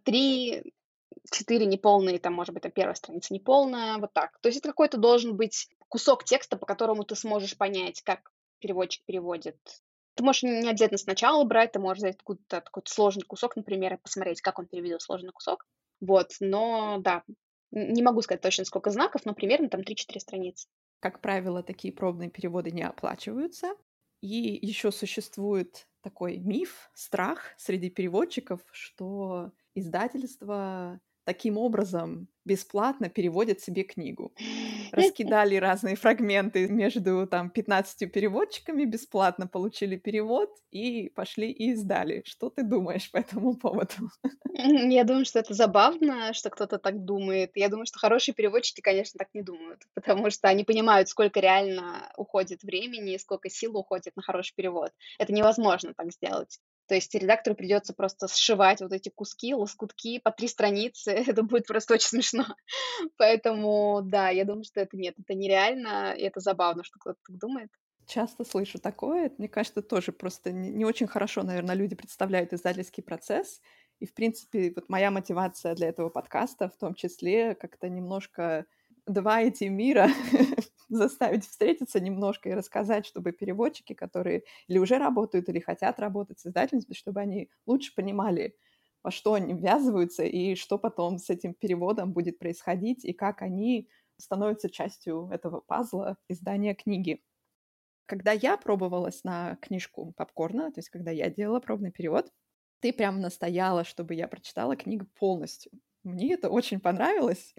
3-4 неполные, там, может быть, там первая страница неполная, вот так. То есть это какой-то должен быть кусок текста, по которому ты сможешь понять, как переводчик переводит. Ты можешь не обязательно сначала брать, ты можешь взять откуда-то такой сложный кусок, например, и посмотреть, как он переведет сложный кусок. Вот, но да, не могу сказать точно, сколько знаков, но примерно там 3-4 страницы. Как правило, такие пробные переводы не оплачиваются. И еще существует такой миф, страх среди переводчиков, что издательство таким образом бесплатно переводит себе книгу. Раскидали разные фрагменты между там 15 переводчиками, бесплатно получили перевод и пошли и издали. Что ты думаешь по этому поводу? Я думаю, что это забавно, что кто-то так думает. Я думаю, что хорошие переводчики, конечно, так не думают, потому что они понимают, сколько реально уходит времени, сколько сил уходит на хороший перевод. Это невозможно так сделать. То есть редактору придется просто сшивать вот эти куски, лоскутки по 3 страницы. Это будет просто очень смешно. Поэтому да, я думаю, что это нет, это нереально, и это забавно, что кто-то так думает. Часто слышу такое. Мне кажется, тоже просто не очень хорошо, наверное, люди представляют издательский процесс. И, в принципе, вот моя мотивация для этого подкаста в том числе как-то немножко 2 эти мира заставить встретиться немножко и рассказать, чтобы переводчики, которые или уже работают, или хотят работать с издательством, чтобы они лучше понимали, во что они ввязываются и что потом с этим переводом будет происходить, и как они становятся частью этого пазла издания книги. Когда я пробовалась на книжку "Попкорна", то есть когда я делала пробный перевод, ты прям настояла, чтобы я прочитала книгу полностью. Мне это очень понравилось.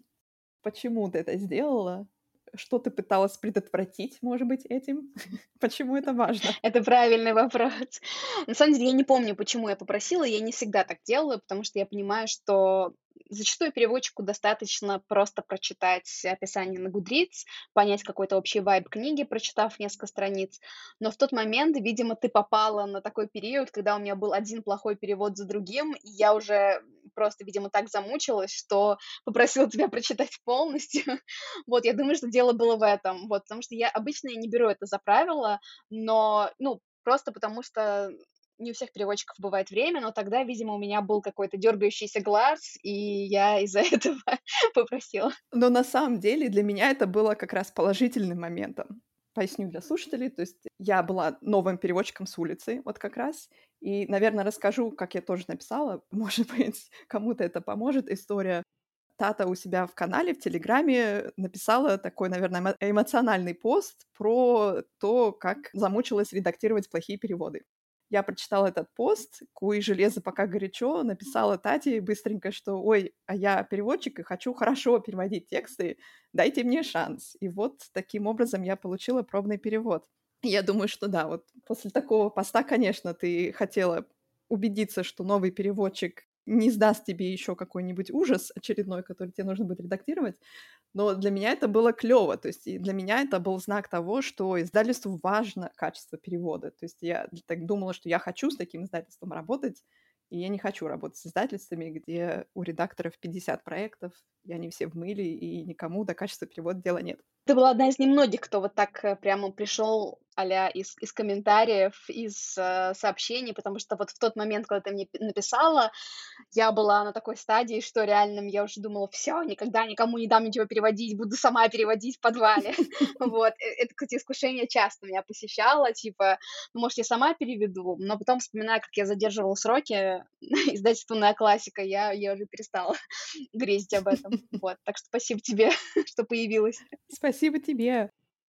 Почему ты это сделала? Что ты пыталась предотвратить, может быть, этим? Почему это важно? Это правильный вопрос. На самом деле я не помню, почему я попросила. Я не всегда так делаю, потому что я понимаю, что зачастую переводчику достаточно просто прочитать описание на Goodreads, понять какой-то общий вайб книги, прочитав несколько страниц. Но в тот момент, видимо, ты попала на такой период, когда у меня был один плохой перевод за другим, и я уже просто, видимо, так замучилась, что попросила тебя прочитать полностью. Вот, я думаю, что дело было в этом. Вот, потому что я обычно не беру это за правило, но, ну, просто потому что не у всех переводчиков бывает время, но тогда, видимо, у меня был какой-то дергающийся глаз, и я из-за этого попросила. Но на самом деле для меня это было как раз положительным моментом. Поясню для слушателей. То есть я была новым переводчиком с улицы, вот как раз. И, наверное, расскажу, как я тоже написала. Может быть, кому-то это поможет. История. Тата у себя в канале в "Телеграме" написала такой, наверное, эмоциональный пост про то, как замучилась редактировать плохие переводы. Я прочитала этот пост, куй железо пока горячо, написала Тате быстренько, что: "Ой, а я переводчик и хочу хорошо переводить тексты, дайте мне шанс". И вот таким образом я получила пробный перевод. И я думаю, что да, вот после такого поста, конечно, ты хотела убедиться, что новый переводчик не сдаст тебе еще какой-нибудь ужас очередной, который тебе нужно будет редактировать. Но для меня это было клево. То есть и для меня это был знак того, что издательству важно качество перевода. То есть я так думала, что я хочу с таким издательством работать, и я не хочу работать с издательствами, где у редакторов 50 проектов, и они все в мыле, и никому до качества перевода дела нет. Ты была одна из немногих, кто вот так, прямо пришел а-ля из комментариев, из, сообщений, потому что вот в тот момент, когда ты мне написала, я была на такой стадии, что реально я уже думала: все, никогда никому не дам ничего переводить, буду сама переводить в подвале". Вот, это, кстати, искушение часто меня посещало, типа: "Ну, может, я сама переведу?" Но потом, вспоминая, как я задерживала сроки, издательство классика", я уже перестала грезить об этом. Вот, так что спасибо тебе, что появилась. Спасибо тебе.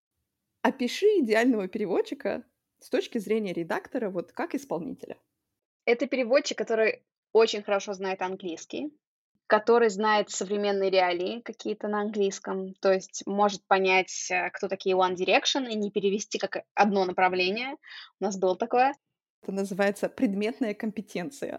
Опиши идеального переводчика с точки зрения редактора, вот как исполнителя. Это переводчик, который очень хорошо знает английский, который знает современные реалии какие-то на английском, то есть может понять, кто такие One Direction, и не перевести как одно направление. У нас было такое. Это называется предметная компетенция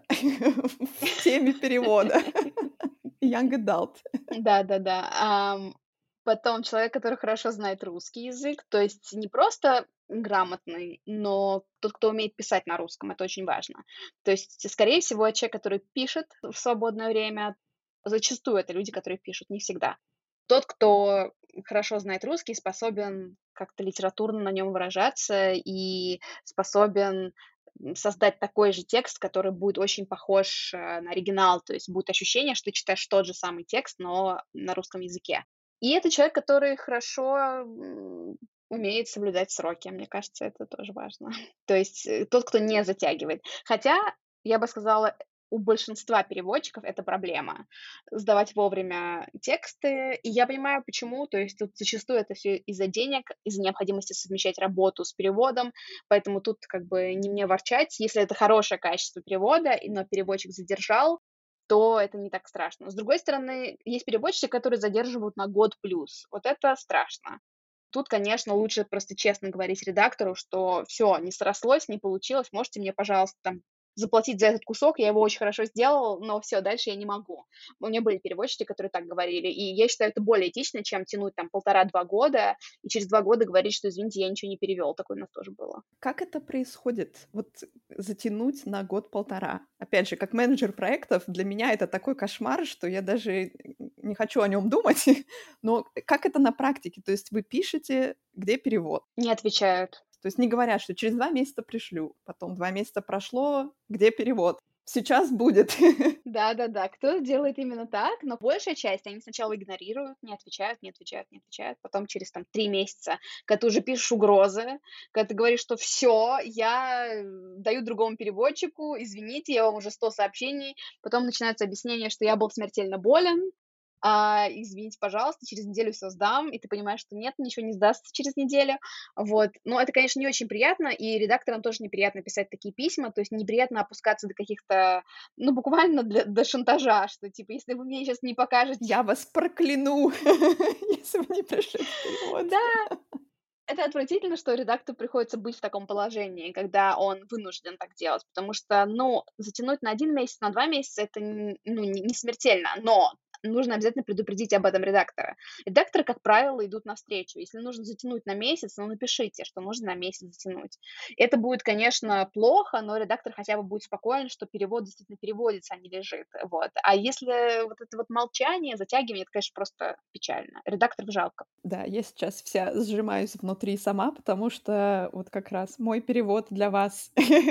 в теме перевода. Young adult. Да-да-да. Потом человек, который хорошо знает русский язык, то есть не просто грамотный, но тот, кто умеет писать на русском, это очень важно. То есть, скорее всего, человек, который пишет в свободное время, зачастую это люди, которые пишут, не всегда. Тот, кто хорошо знает русский, способен как-то литературно на нем выражаться и способен создать такой же текст, который будет очень похож на оригинал, то есть будет ощущение, что ты читаешь тот же самый текст, но на русском языке. И это человек, который хорошо умеет соблюдать сроки. Мне кажется, это тоже важно. То есть тот, кто не затягивает. Хотя, я бы сказала, у большинства переводчиков это проблема сдавать вовремя тексты. И я понимаю, почему. То есть тут зачастую это все из-за денег, из-за необходимости совмещать работу с переводом. Поэтому тут как бы не мне ворчать. Если это хорошее качество перевода, но переводчик задержал, то это не так страшно. С другой стороны, есть переводчики, которые задерживают на год плюс. Вот это страшно. Тут, конечно, лучше просто честно говорить редактору, что все не срослось, не получилось, можете мне, пожалуйста, там заплатить за этот кусок, я его очень хорошо сделал, но все, дальше я не могу. У меня были переводчики, которые так говорили, и я считаю, это более этично, чем тянуть там 1,5-2 года и через 2 года говорить, что извините, я ничего не перевел. Такое у нас тоже было. Как это происходит? Вот затянуть на год-полтора? Опять же, как менеджер проектов, для меня это такой кошмар, что я даже не хочу о нем думать. Но как это на практике? То есть вы пишете, где перевод? Не отвечают. То есть не говорят, что через 2 месяца пришлю, потом 2 месяца прошло, где перевод? Сейчас будет. Да-да-да, кто делает именно так, но большая часть, они сначала игнорируют, не отвечают, не отвечают, не отвечают. Потом через там 3 месяца, когда ты уже пишешь угрозы, когда ты говоришь, что все, я даю другому переводчику, извините, я вам уже 100 сообщений. Потом начинается объяснение, что я был смертельно болен, извините, пожалуйста, через неделю все сдам, и ты понимаешь, что нет, ничего не сдастся через неделю. Вот. Но это, конечно, не очень приятно, и редакторам тоже неприятно писать такие письма, то есть неприятно опускаться до каких-то, ну, буквально до шантажа, что, типа, если вы мне сейчас не покажете... Я вас прокляну, если вы не пришлете перевод. Да, это отвратительно, что редактору приходится быть в таком положении, когда он вынужден так делать, потому что, ну, затянуть на 1 месяц, на 2 месяца — это, ну, не смертельно, но нужно обязательно предупредить об этом редактора. Редакторы, как правило, идут навстречу. Если нужно затянуть на месяц, ну, напишите, что нужно на месяц затянуть. Это будет, конечно, плохо, но редактор хотя бы будет спокоен, что перевод действительно переводится, а не лежит. Вот. А если вот это вот молчание, затягивание, это, конечно, просто печально. Редакторов жалко. Да, я сейчас вся сжимаюсь внутри сама, потому что вот как раз мой перевод для вас.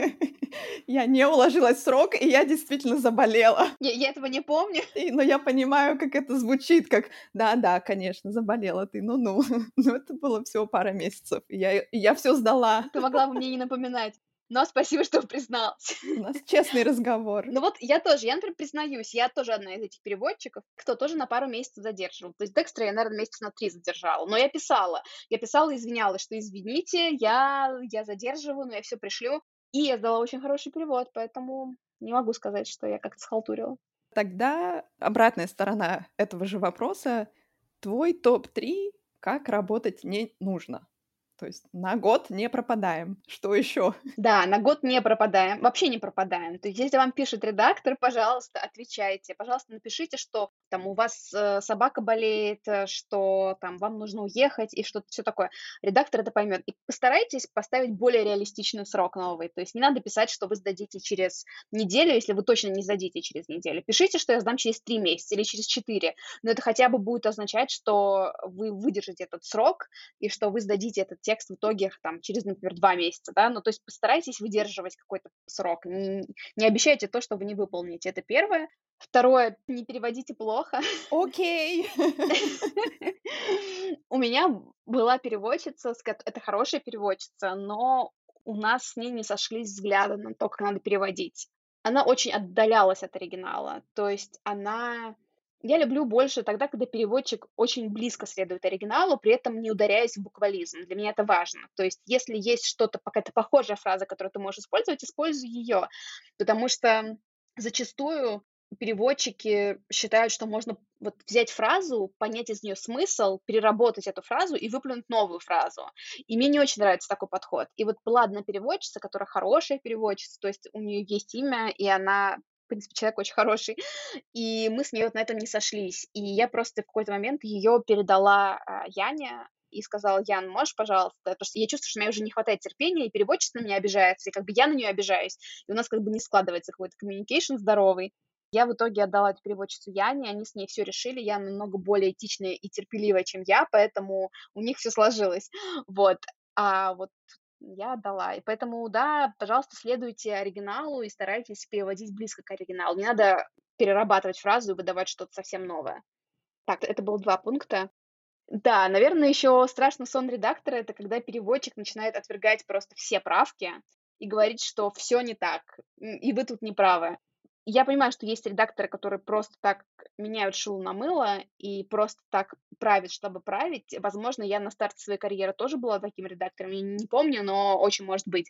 Я не уложилась в срок, и я действительно заболела. Я этого не помню. Но я понимаю, как это звучит, как: "Да-да, конечно, заболела ты, ну-ну". Но это было всего пара месяцев, и я всё сдала. Ты могла бы мне не напоминать. Но спасибо, что призналась. У нас честный разговор. Ну вот я тоже, я, например, признаюсь, я тоже одна из этих переводчиков, кто тоже на пару месяцев задерживал. То есть Декстера я, наверное, месяца на 3 задержала. Но я писала. Я писала и извинялась, что извините, я задерживаю, но я все пришлю. И я сдала очень хороший перевод, поэтому не могу сказать, что я как-то схалтурила. Тогда обратная сторона этого же вопроса. Твой топ-3, как работать не нужно. То есть на год не пропадаем. Что еще? Да, на год не пропадаем, вообще не пропадаем. То есть если вам пишет редактор, пожалуйста, отвечайте. Пожалуйста, напишите, что там у вас собака болеет, что там вам нужно уехать и что-то все такое. Редактор это поймет. И постарайтесь поставить более реалистичный срок новый. То есть не надо писать, что вы сдадите через неделю, если вы точно не сдадите через неделю. Пишите, что я сдам через 3 месяца или через 4. Но это хотя бы будет означать, что вы выдержите этот срок, и что вы сдадите этот текст в итоге там через, например, 2 месяца, да, ну, то есть постарайтесь выдерживать какой-то срок, не обещайте то, что вы не выполните, это первое. Второе, не переводите плохо. Окей. У меня была переводчица, это хорошая переводчица, но у нас с ней не сошлись взгляды на то, как надо переводить. Она очень отдалялась от оригинала, то есть я люблю больше тогда, когда переводчик очень близко следует оригиналу, при этом не ударяясь в буквализм. Для меня это важно. То есть если есть что-то, какая-то похожая фраза, которую ты можешь использовать, используй ее, потому что зачастую переводчики считают, что можно вот взять фразу, понять из нее смысл, переработать эту фразу и выплюнуть новую фразу. И мне не очень нравится такой подход. И вот была одна переводчица, которая хорошая переводчица, то есть у нее есть имя, и она В принципе, человек очень хороший. И мы с ней вот на этом не сошлись. И я просто в какой-то момент ее передала, Яне и сказала: "Ян, можешь, пожалуйста?" Потому что я чувствую, что мне уже не хватает терпения, и переводчица на меня обижается, и как бы я на нее обижаюсь, и у нас как бы не складывается какой-то communication здоровый. Я в итоге отдала эту переводчицу Яне, они с ней все решили. Яна намного более этичная и терпеливая, чем я, поэтому у них все сложилось. Вот. А вот я отдала. И поэтому, да, пожалуйста, следуйте оригиналу и старайтесь переводить близко к оригиналу. Не надо перерабатывать фразу и выдавать что-то совсем новое. Так, это было 2 пункта. Да, наверное, еще страшный сон редактора — это когда переводчик начинает отвергать просто все правки и говорить, что все не так, и вы тут не правы. Я понимаю, что есть редакторы, которые просто так меняют шило на мыло и просто так правят, чтобы править. Возможно, я на старте своей карьеры тоже была таким редактором, я не помню, но очень может быть.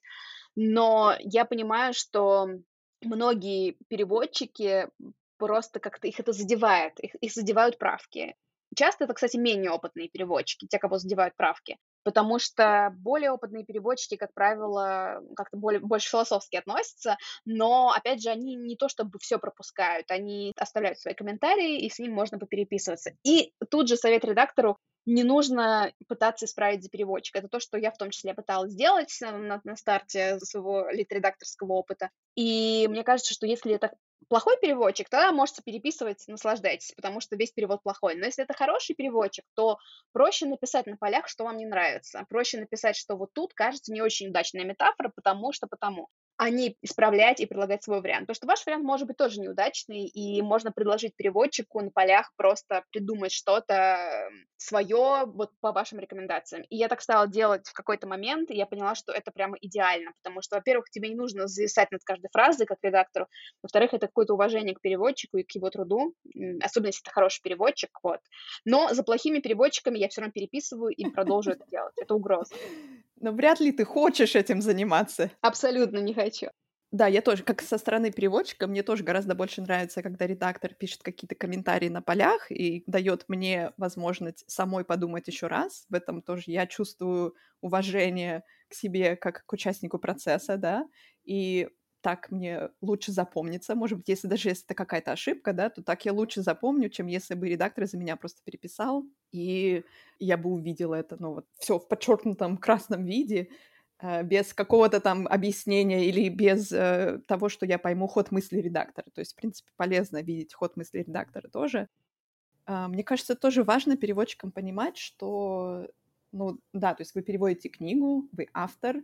Но я понимаю, что многие переводчики просто как-то их это задевает, их задевают правки. Часто это, кстати, менее опытные переводчики, те, кого задевают правки, потому что более опытные переводчики, как правило, как-то больше философски относятся, но, опять же, они не то чтобы все пропускают, они оставляют свои комментарии, и с ним можно попереписываться. И тут же совет редактору: не нужно пытаться исправить за переводчика. Это то, что я в том числе пыталась сделать на старте своего литредакторского опыта. И мне кажется, что если это плохой переводчик, тогда можете переписывать, наслаждайтесь, потому что весь перевод плохой. Но если это хороший переводчик, то проще написать на полях, что вам не нравится. Проще написать, что вот тут кажется не очень удачная метафора, потому что потому, а не исправлять и предлагать свой вариант. Потому что ваш вариант может быть тоже неудачный, и можно предложить переводчику на полях просто придумать что-то свое вот по вашим рекомендациям. И я так стала делать в какой-то момент, и я поняла, что это прямо идеально, потому что, во-первых, тебе не нужно зависать над каждой фразой, как редактору, во-вторых, это какое-то уважение к переводчику и к его труду, особенно если это хороший переводчик, вот. Но за плохими переводчиками я все равно переписываю и продолжу это делать. Это угроза. Но вряд ли ты хочешь этим заниматься. Абсолютно не хочу. Да, я тоже, как со стороны переводчика, мне тоже гораздо больше нравится, когда редактор пишет какие-то комментарии на полях и дает мне возможность самой подумать еще раз. В этом тоже я чувствую уважение к себе как к участнику процесса, да, и так мне лучше запомниться. Может быть, если это какая-то ошибка, да, то так я лучше запомню, чем если бы редактор за меня просто переписал, и я бы увидела это, ну вот, все в подчеркнутом красном виде, без какого-то там объяснения или без того, что я пойму ход мысли редактора. То есть, в принципе, полезно видеть ход мысли редактора тоже. Мне кажется, тоже важно переводчикам понимать, что, ну да, то есть вы переводите книгу, вы автор,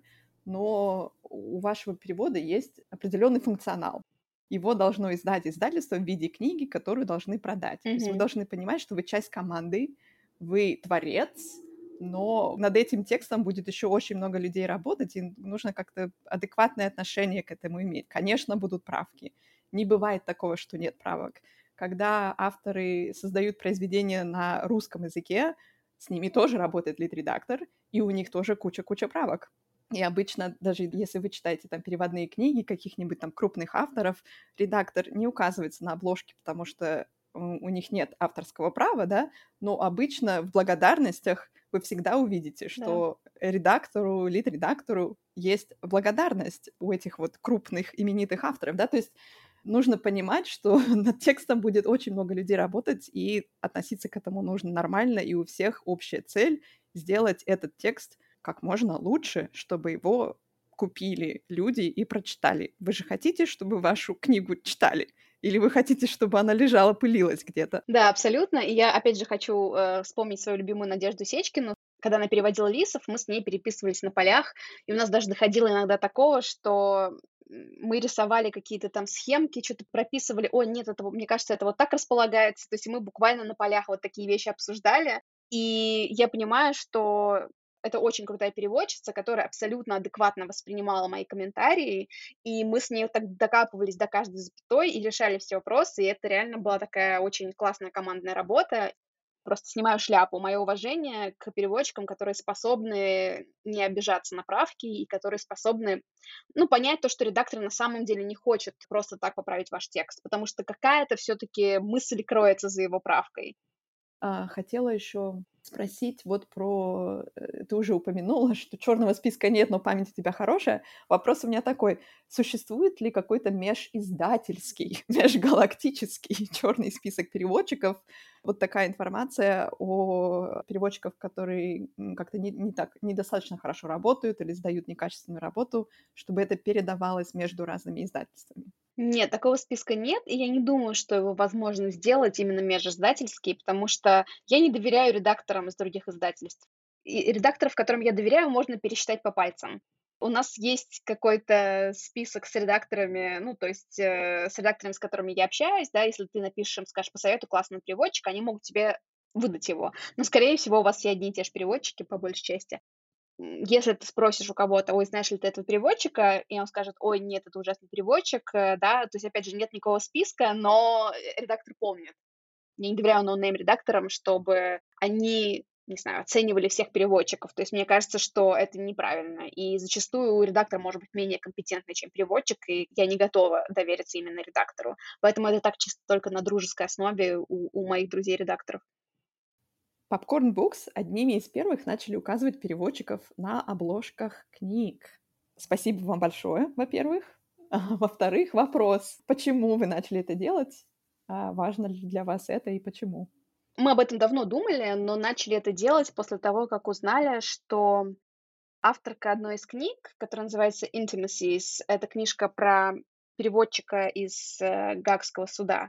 но у вашего перевода есть определенный функционал. Его должно издать издательство в виде книги, которую должны продать. То есть вы Мгм. должны понимать, что вы часть команды, вы творец, но над этим текстом будет еще очень много людей работать, и нужно как-то адекватное отношение к этому иметь. Конечно, будут правки. Не бывает такого, что нет правок. Когда авторы создают произведения на русском языке, с ними тоже работает лид-редактор, и у них тоже куча-куча правок. И обычно, даже если вы читаете там переводные книги каких-нибудь там крупных авторов, редактор не указывается на обложке, потому что у них нет авторского права, да, но обычно в благодарностях вы всегда увидите, Да. что редактору, лид-редактору есть благодарность у этих вот крупных именитых авторов, да, то есть нужно понимать, что над текстом будет очень много людей работать, и относиться к этому нужно нормально, и у всех общая цель — сделать этот текст как можно лучше, чтобы его купили люди и прочитали. Вы же хотите, чтобы вашу книгу читали? Или вы хотите, чтобы она лежала, пылилась где-то? Да, абсолютно. И я опять же хочу, вспомнить свою любимую Надежду Сечкину. Когда она переводила Лисов, мы с ней переписывались на полях, и у нас даже доходило иногда такого, что, мы рисовали какие-то там схемки, что то прописывали: "Ой, нет, это вот, мне кажется, это вот так располагается". То есть мы буквально на полях вот такие вещи обсуждали. И я понимаю, что это очень крутая переводчица, которая абсолютно адекватно воспринимала мои комментарии, и мы с ней вот так докапывались до каждой запятой и решали все вопросы, и это реально была такая очень классная командная работа. Просто снимаю шляпу. Мое уважение к переводчикам, которые способны не обижаться на правки и которые способны, ну, понять то, что редактор на самом деле не хочет просто так поправить ваш текст, потому что какая-то все таки мысль кроется за его правкой. Хотела еще спросить вот про... Ты уже упомянула, что черного списка нет, но память у тебя хорошая. Вопрос у меня такой. Существует ли какой-то межиздательский, межгалактический черный список переводчиков? Вот такая информация о переводчиках, которые как-то не так, недостаточно хорошо работают или сдают некачественную работу, чтобы это передавалось между разными издательствами. Нет, такого списка нет, и я не думаю, что его возможно сделать именно межиздательский, потому что я не доверяю редакторам из других издательств. И редакторов, которым я доверяю, можно пересчитать по пальцам. У нас есть какой-то список с редакторами, ну, то есть с редакторами, с которыми я общаюсь, да, если ты напишешь им, скажешь, посоветуй классного переводчика, они могут тебе выдать его. Но, скорее всего, у вас все одни и те же переводчики, по большей части. Если ты спросишь у кого-то: "Ой, знаешь ли ты этого переводчика?" И он скажет: "Ой, нет, это ужасный переводчик", да, то есть, опять же, нет никакого списка, но редактор помнит. Я не доверяю ноунейм-редакторам, чтобы они, не знаю, оценивали всех переводчиков. То есть мне кажется, что это неправильно. И зачастую редактор может быть менее компетентный, чем переводчик, и я не готова довериться именно редактору. Поэтому это так чисто только на дружеской основе у моих друзей-редакторов. Popcorn Books одними из первых начали указывать переводчиков на обложках книг. Спасибо вам большое, во-первых. Во-вторых, вопрос: почему вы начали это делать? Важно ли для вас это и почему? Мы об этом давно думали, но начали это делать после того, как узнали, что авторка одной из книг, которая называется "Intimacies", это книжка про переводчика из, Гаагского суда,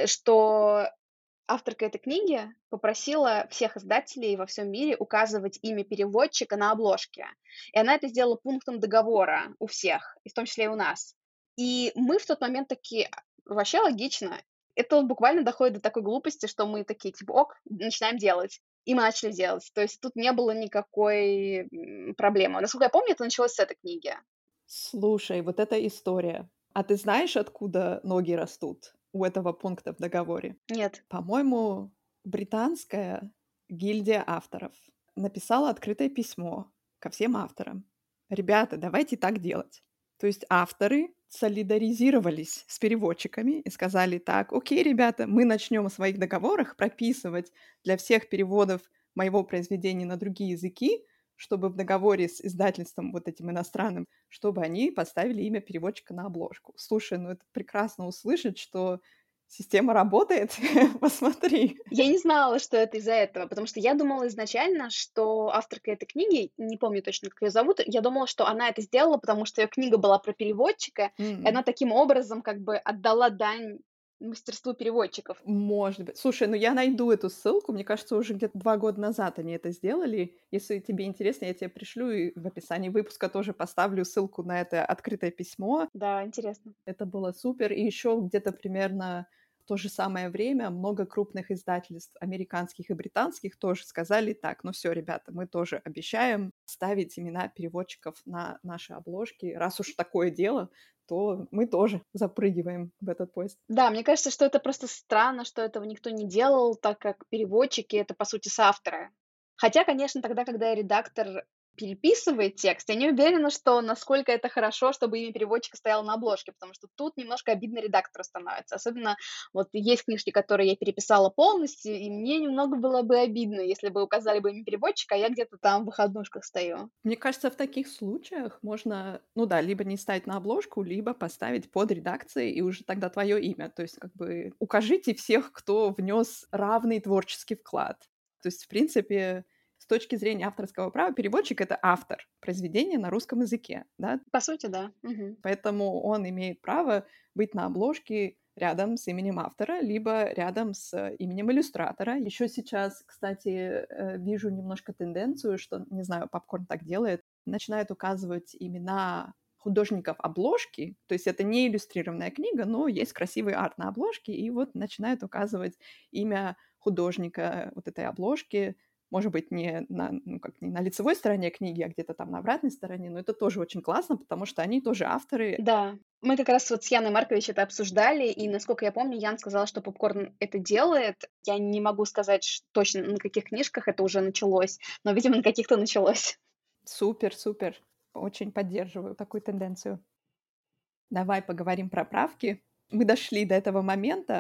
что авторка этой книги попросила всех издателей во всем мире указывать имя переводчика на обложке. И она это сделала пунктом договора у всех, и в том числе и у нас. И мы в тот момент такие: "Вообще логично". Это вот буквально доходит до такой глупости, что мы такие типа: "Ок", начинаем делать. И мы начали делать. То есть тут не было никакой, проблемы. Насколько я помню, это началось с этой книги. Слушай, вот эта история. А ты знаешь, откуда ноги растут у этого пункта в договоре? Нет. По-моему, британская гильдия авторов написала открытое письмо ко всем авторам. Ребята, давайте так делать. То есть авторы солидаризировались с переводчиками и сказали: так, окей, ребята, мы начнем в своих договорах прописывать для всех переводов моего произведения на другие языки, чтобы в договоре с издательством вот этим иностранным, чтобы они поставили имя переводчика на обложку. Слушай, ну это прекрасно услышать, что система работает. Посмотри. Я не знала, что это из-за этого, потому что я думала изначально, что авторка этой книги, не помню точно, как ее зовут, я думала, что она это сделала, потому что ее книга была про переводчика, и М, она таким образом как бы отдала дань мастерству переводчиков. Может быть. Слушай, ну я найду эту ссылку. Мне кажется, уже где-то 2 года назад они это сделали. Если тебе интересно, я тебе пришлю, и в описании выпуска тоже поставлю ссылку на это открытое письмо. Да, интересно. Это было супер. И еще где-то примерно в то же самое время много крупных издательств, американских и британских, тоже сказали: так, ну все, ребята, мы тоже обещаем ставить имена переводчиков на наши обложки. Раз уж такое дело, то мы тоже запрыгиваем в этот поезд. Да, мне кажется, что это просто странно, что этого никто не делал, так как переводчики — это, по сути, соавторы. Хотя, конечно, тогда, когда редактор переписывает текст, я не уверена, что насколько это хорошо, чтобы имя переводчика стояло на обложке, потому что тут немножко обидно редактору становится. Особенно вот есть книжки, которые я переписала полностью, и мне немного было бы обидно, если бы указали бы имя переводчика, а я где-то там в выходнушках стою. Мне кажется, в таких случаях можно, ну да, либо не ставить на обложку, либо поставить под редакцией, и уже тогда твое имя. То есть как бы укажите всех, кто внес равный творческий вклад. То есть, в принципе, с точки зрения авторского права, переводчик — это автор произведения на русском языке, да, По сути, да. Мгм. поэтому он имеет право быть на обложке рядом с именем автора, либо рядом с именем иллюстратора. Еще сейчас, кстати, вижу немножко тенденцию, что, не знаю, Попкорн так делает, начинает указывать имена художников обложки, то есть это не иллюстрированная книга, но есть красивый арт на обложке, и вот начинают указывать имя художника вот этой обложки, может быть, не на, ну, как не на лицевой стороне книги, а где-то там на обратной стороне, но это тоже очень классно, потому что они тоже авторы. Да, мы как раз вот с Яной Маркович это обсуждали, и, насколько я помню, Ян сказал, что Попкорн это делает. Я не могу сказать точно, на каких книжках это уже началось, но, видимо, на каких-то началось. Супер, супер. Очень поддерживаю такую тенденцию. Давай поговорим про правки. Мы дошли до этого момента,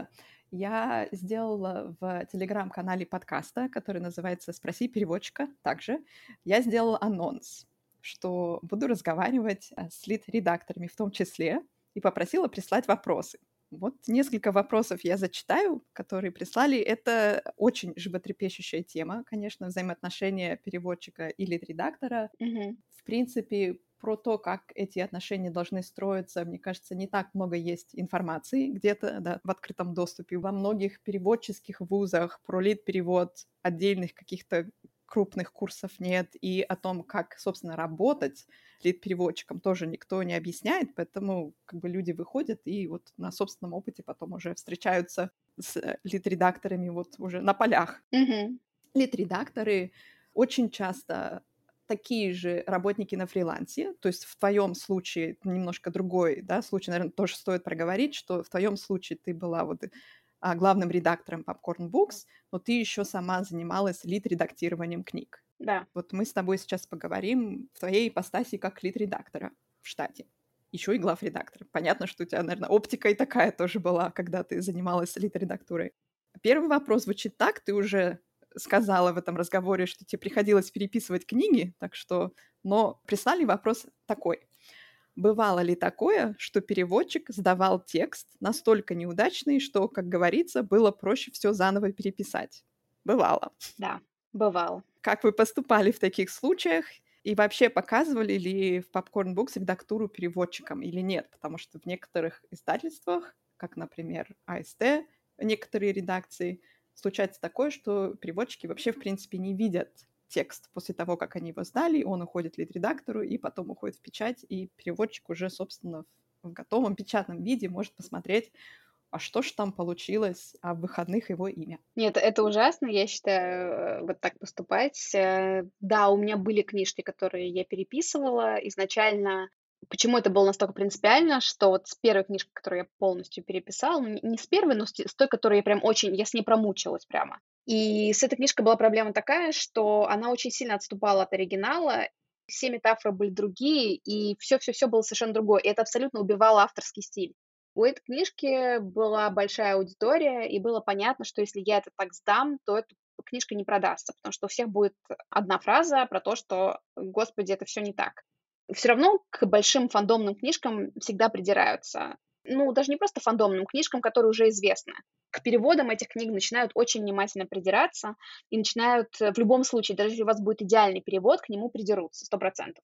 Я сделала в телеграм-канале подкаста, который называется «Спроси переводчика». Также я сделала анонс, что буду разговаривать с лид-редакторами в том числе, и попросила прислать вопросы. Вот несколько вопросов я зачитаю, которые прислали. Это очень животрепещущая тема, конечно, взаимоотношения переводчика и лид-редактора. Мгм. В принципе, про то, как эти отношения должны строиться, мне кажется, не так много есть информации где-то, да, в открытом доступе. Во многих переводческих вузах про лид-перевод отдельных каких-то крупных курсов нет, и о том, как, собственно, работать лид-переводчиком, тоже никто не объясняет, поэтому как бы люди выходят и вот на собственном опыте потом уже встречаются с лид-редакторами вот уже на полях. Мгм. Лид-редакторы очень часто такие же работники на фрилансе, то есть в твоем случае немножко другой, да, случай, наверное, тоже стоит проговорить, что в твоем случае ты была вот главным редактором Popcorn Books, но ты еще сама занималась лид-редактированием книг. Да. Вот мы с тобой сейчас поговорим в твоей ипостаси как лид-редактора в штате. Еще и главредактора. Понятно, что у тебя, наверное, оптика и такая тоже была, когда ты занималась лид-редактурой. Первый вопрос звучит так. Ты уже сказала в этом разговоре, что тебе приходилось переписывать книги, так что... Но прислали вопрос такой. Бывало ли такое, что переводчик сдавал текст настолько неудачный, что, как говорится, было проще все заново переписать? Бывало. Да, бывало. Как вы поступали в таких случаях? И вообще показывали ли в Popcorn Books редактуру переводчикам или нет? Потому что в некоторых издательствах, как, например, АСТ, некоторые редакции, случается такое, что переводчики вообще, в принципе, не видят текст после того, как они его сдали, он уходит лид-редактору и потом уходит в печать, и переводчик уже, собственно, в готовом печатном виде может посмотреть, а что ж там получилось, а в выходных его имя. Нет, это ужасно, я считаю, вот так поступать. Да, у меня были книжки, которые я переписывала изначально. Почему это было настолько принципиально, что вот с первой книжкой, которую я полностью переписала, ну, не с первой, но с той, которой я прям очень, я с ней промучилась прямо. И с этой книжкой была проблема такая, что она очень сильно отступала от оригинала, все метафоры были другие, и все-все-все было совершенно другое. И это абсолютно убивало авторский стиль. У этой книжки была большая аудитория, и было понятно, что если я это так сдам, то эта книжка не продастся, потому что у всех будет одна фраза про то, что, господи, это все не так. Все равно к большим фандомным книжкам всегда придираются. Ну, даже не просто фандомным книжкам, которые уже известны. К переводам этих книг начинают очень внимательно придираться и начинают в любом случае, даже если у вас будет идеальный перевод, к нему придерутся 100%.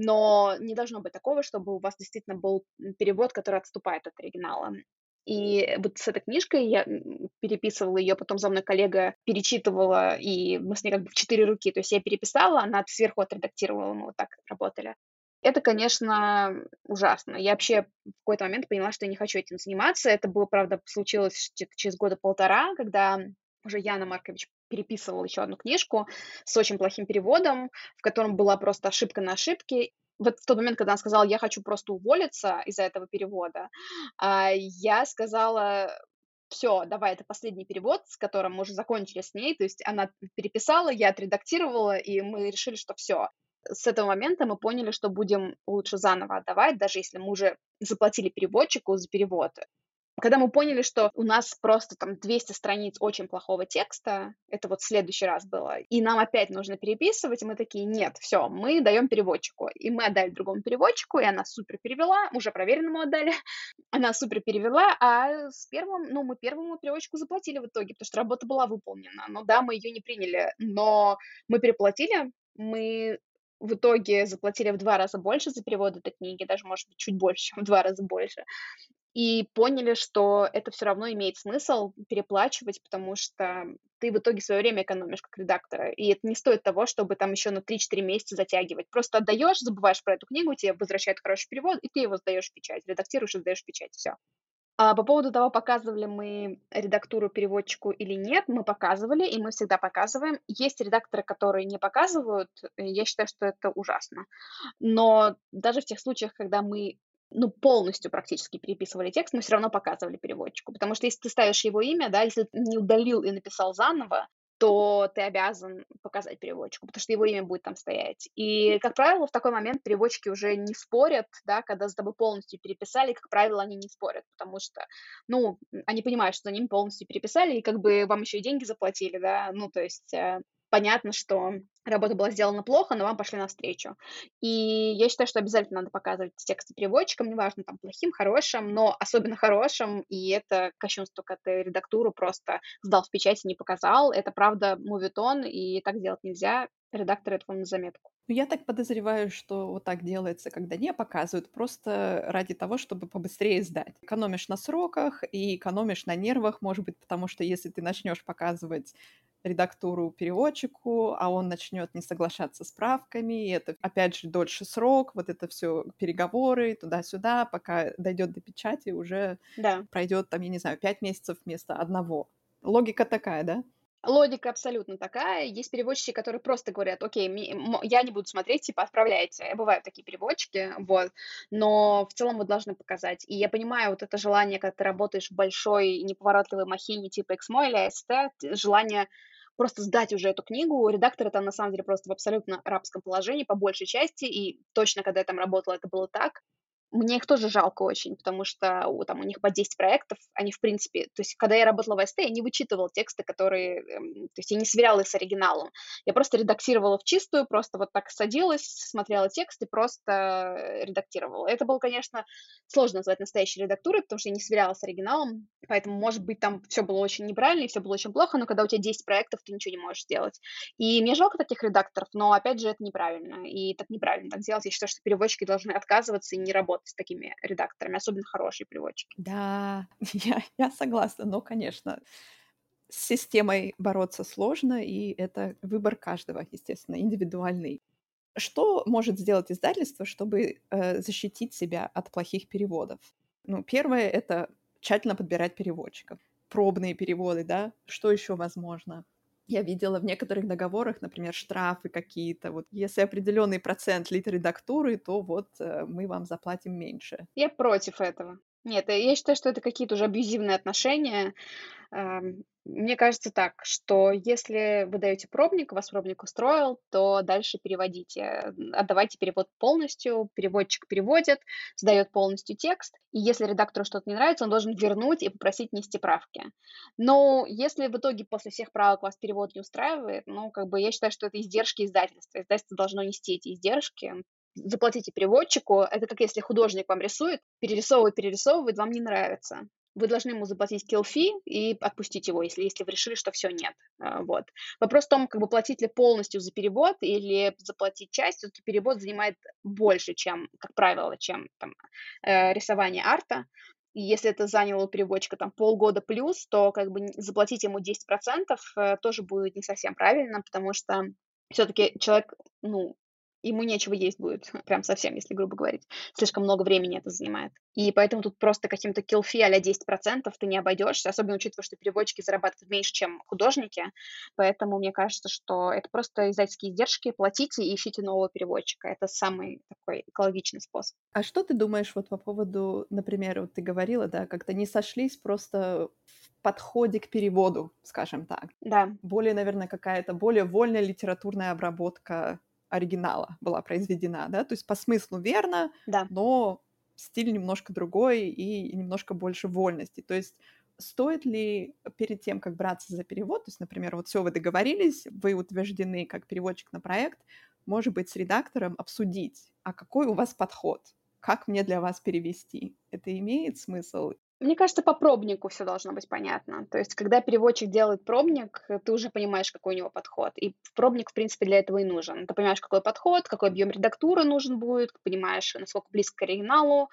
Но не должно быть такого, чтобы у вас действительно был перевод, который отступает от оригинала. И вот с этой книжкой я переписывала ее, потом за мной коллега перечитывала, и мы с ней как бы в 4 руки. То есть я переписала, она сверху отредактировала, мы вот так работали. Это, конечно, ужасно. Я вообще в какой-то момент поняла, что я не хочу этим заниматься. Это было, правда, случилось где-то через года полтора, когда уже Яна Маркович переписывала еще одну книжку с очень плохим переводом, в котором была просто ошибка на ошибке. Вот в тот момент, когда она сказала: "Я хочу просто уволиться из-за этого перевода", я сказала: "Все, давай, это последний перевод, с которым мы уже закончили с ней". То есть она переписала, я отредактировала, и мы решили, что все. С этого момента мы поняли, что будем лучше заново отдавать, даже если мы уже заплатили переводчику за перевод. Когда мы поняли, что у нас просто там 200 страниц очень плохого текста, это вот в следующий раз было, и нам опять нужно переписывать, и мы такие: "Нет, все, мы даем переводчику". И мы отдали другому переводчику, и она супер перевела, уже проверенному отдали. Она супер перевела, а с первым, ну, мы первому переводчику заплатили в итоге, потому что работа была выполнена. Ну да, мы ее не приняли, но мы переплатили, мы в итоге заплатили в 2 раза больше за перевод этой книги, даже, может быть, чуть больше, чем в 2 раза больше. И поняли, что это все равно имеет смысл переплачивать, потому что ты в итоге свое время экономишь как редактора, и это не стоит того, чтобы там еще на 3-4 месяца затягивать. Просто отдаешь, забываешь про эту книгу, тебе возвращают хороший перевод, и ты его сдаешь в печать, редактируешь и сдаешь в печать, все. А по поводу того, показывали мы редактуру переводчику или нет, мы показывали, и мы всегда показываем. Есть редакторы, которые не показывают, я считаю, что это ужасно. Но даже в тех случаях, когда мы, ну, полностью практически переписывали текст, мы все равно показывали переводчику. Потому что если ты ставишь его имя, да, если ты не удалил и написал заново, то ты обязан показать переводчику, потому что его имя будет там стоять. И, как правило, в такой момент переводчики уже не спорят, да, когда за тобой полностью переписали, как правило, они не спорят, потому что, ну, они понимают, что за ним полностью переписали, и как бы вам еще и деньги заплатили, да, ну, то есть понятно, что работа была сделана плохо, но вам пошли навстречу. И я считаю, что обязательно надо показывать тексты переводчикам, неважно, там, плохим, хорошим, но особенно хорошим, и это кощунство, когда ты редактуру просто сдал в печать и не показал. Это, правда, моветон, и так делать нельзя. Редактор это вам на заметку. Ну, я так подозреваю, что вот так делается, когда не показывают, просто ради того, чтобы побыстрее сдать. Экономишь на сроках и экономишь на нервах, может быть, потому что если ты начнешь показывать редактуру переводчику, а он начнет не соглашаться с правками, и это, опять же, дольше срок, вот это все переговоры туда-сюда, пока дойдет до печати, уже Да. пройдет, там, я не знаю, 5 месяцев вместо одного. Логика такая, да? Логика абсолютно такая. Есть переводчики, которые просто говорят: "Окей, я не буду смотреть, типа, отправляйте". Бывают такие переводчики, вот, но в целом вы должны показать. И я понимаю вот это желание, когда ты работаешь в большой неповоротливой махине типа Эксмо или АСТ, желание просто сдать уже эту книгу. Редактор там на самом деле просто в абсолютно рабском положении по большей части, и точно, когда я там работала, это было так. Мне их тоже жалко очень, потому что там у них по 10 проектов, они, в принципе, то есть, когда я работала в АСТ, я не вычитывала тексты, которые, то есть я не сверяла их с оригиналом. Я просто редактировала в чистую, просто вот так садилась, смотрела текст и просто редактировала. Это было, конечно, сложно назвать настоящей редактурой, потому что я не сверяла с оригиналом, поэтому, может быть, там все было очень неправильно и все было очень плохо, но когда у тебя 10 проектов, ты ничего не можешь сделать. И мне жалко таких редакторов, но, опять же, это неправильно, и так неправильно так делать. Я считаю, что переводчики должны отказываться и не работать с такими редакторами, особенно хорошие переводчики. Да, я согласна, но, конечно, с системой бороться сложно, и это выбор каждого, естественно, индивидуальный. Что может сделать издательство, чтобы, защитить себя от плохих переводов? Ну, первое — это тщательно подбирать переводчиков. Пробные переводы, да? Что еще возможно? Я видела в некоторых договорах, например, штрафы какие-то. Вот если определенный процент литредактуры, то вот, мы вам заплатим меньше. Я против этого. Нет, я считаю, что это какие-то уже абьюзивные отношения. Мне кажется так, что если вы даете пробник, вас пробник устроил, то дальше переводите. Отдавайте перевод полностью, переводчик переводит, сдает полностью текст, и если редактору что-то не нравится, он должен вернуть и попросить внести правки. Но если в итоге после всех правок вас перевод не устраивает, ну, как бы я считаю, что это издержки издательства. Издательство должно нести эти издержки. Заплатите переводчику. Это как если художник вам рисует, перерисовывает, вам не нравится. Вы должны ему заплатить kill fee и отпустить его, если вы решили, что все нет. Вот. Вопрос в том, как бы платить ли полностью за перевод или заплатить частью. То перевод занимает больше, чем, как правило, чем там, рисование арта. И если это заняло у переводчика там полгода плюс, то как бы заплатить ему 10% тоже будет не совсем правильно, потому что все-таки человек, ну, ему нечего есть будет, прям совсем, если грубо говорить. Слишком много времени это занимает. И поэтому тут просто каким-то kill fee а-ля 10% ты не обойдешься, особенно учитывая, что переводчики зарабатывают меньше, чем художники. Поэтому мне кажется, что это просто издательские издержки. Платите и ищите нового переводчика. Это самый такой экологичный способ. А что ты думаешь вот по поводу, например, вот ты говорила, да, как-то не сошлись просто в подходе к переводу, скажем так. Да, Более, наверное, какая-то более вольная литературная обработка оригинала была произведена, да? То есть по смыслу верно, да. но стиль немножко другой и немножко больше вольности. То есть стоит ли перед тем, как браться за перевод, то есть, например, вот все вы договорились, вы утверждены как переводчик на проект, может быть, с редактором обсудить, а какой у вас подход? Как мне для вас перевести? Это имеет смысл? Мне кажется, по пробнику все должно быть понятно. То есть, когда переводчик делает пробник, ты уже понимаешь, какой у него подход. И пробник, в принципе, для этого и нужен. Ты понимаешь, какой подход, какой объем редактуры нужен будет, понимаешь, насколько близко к оригиналу.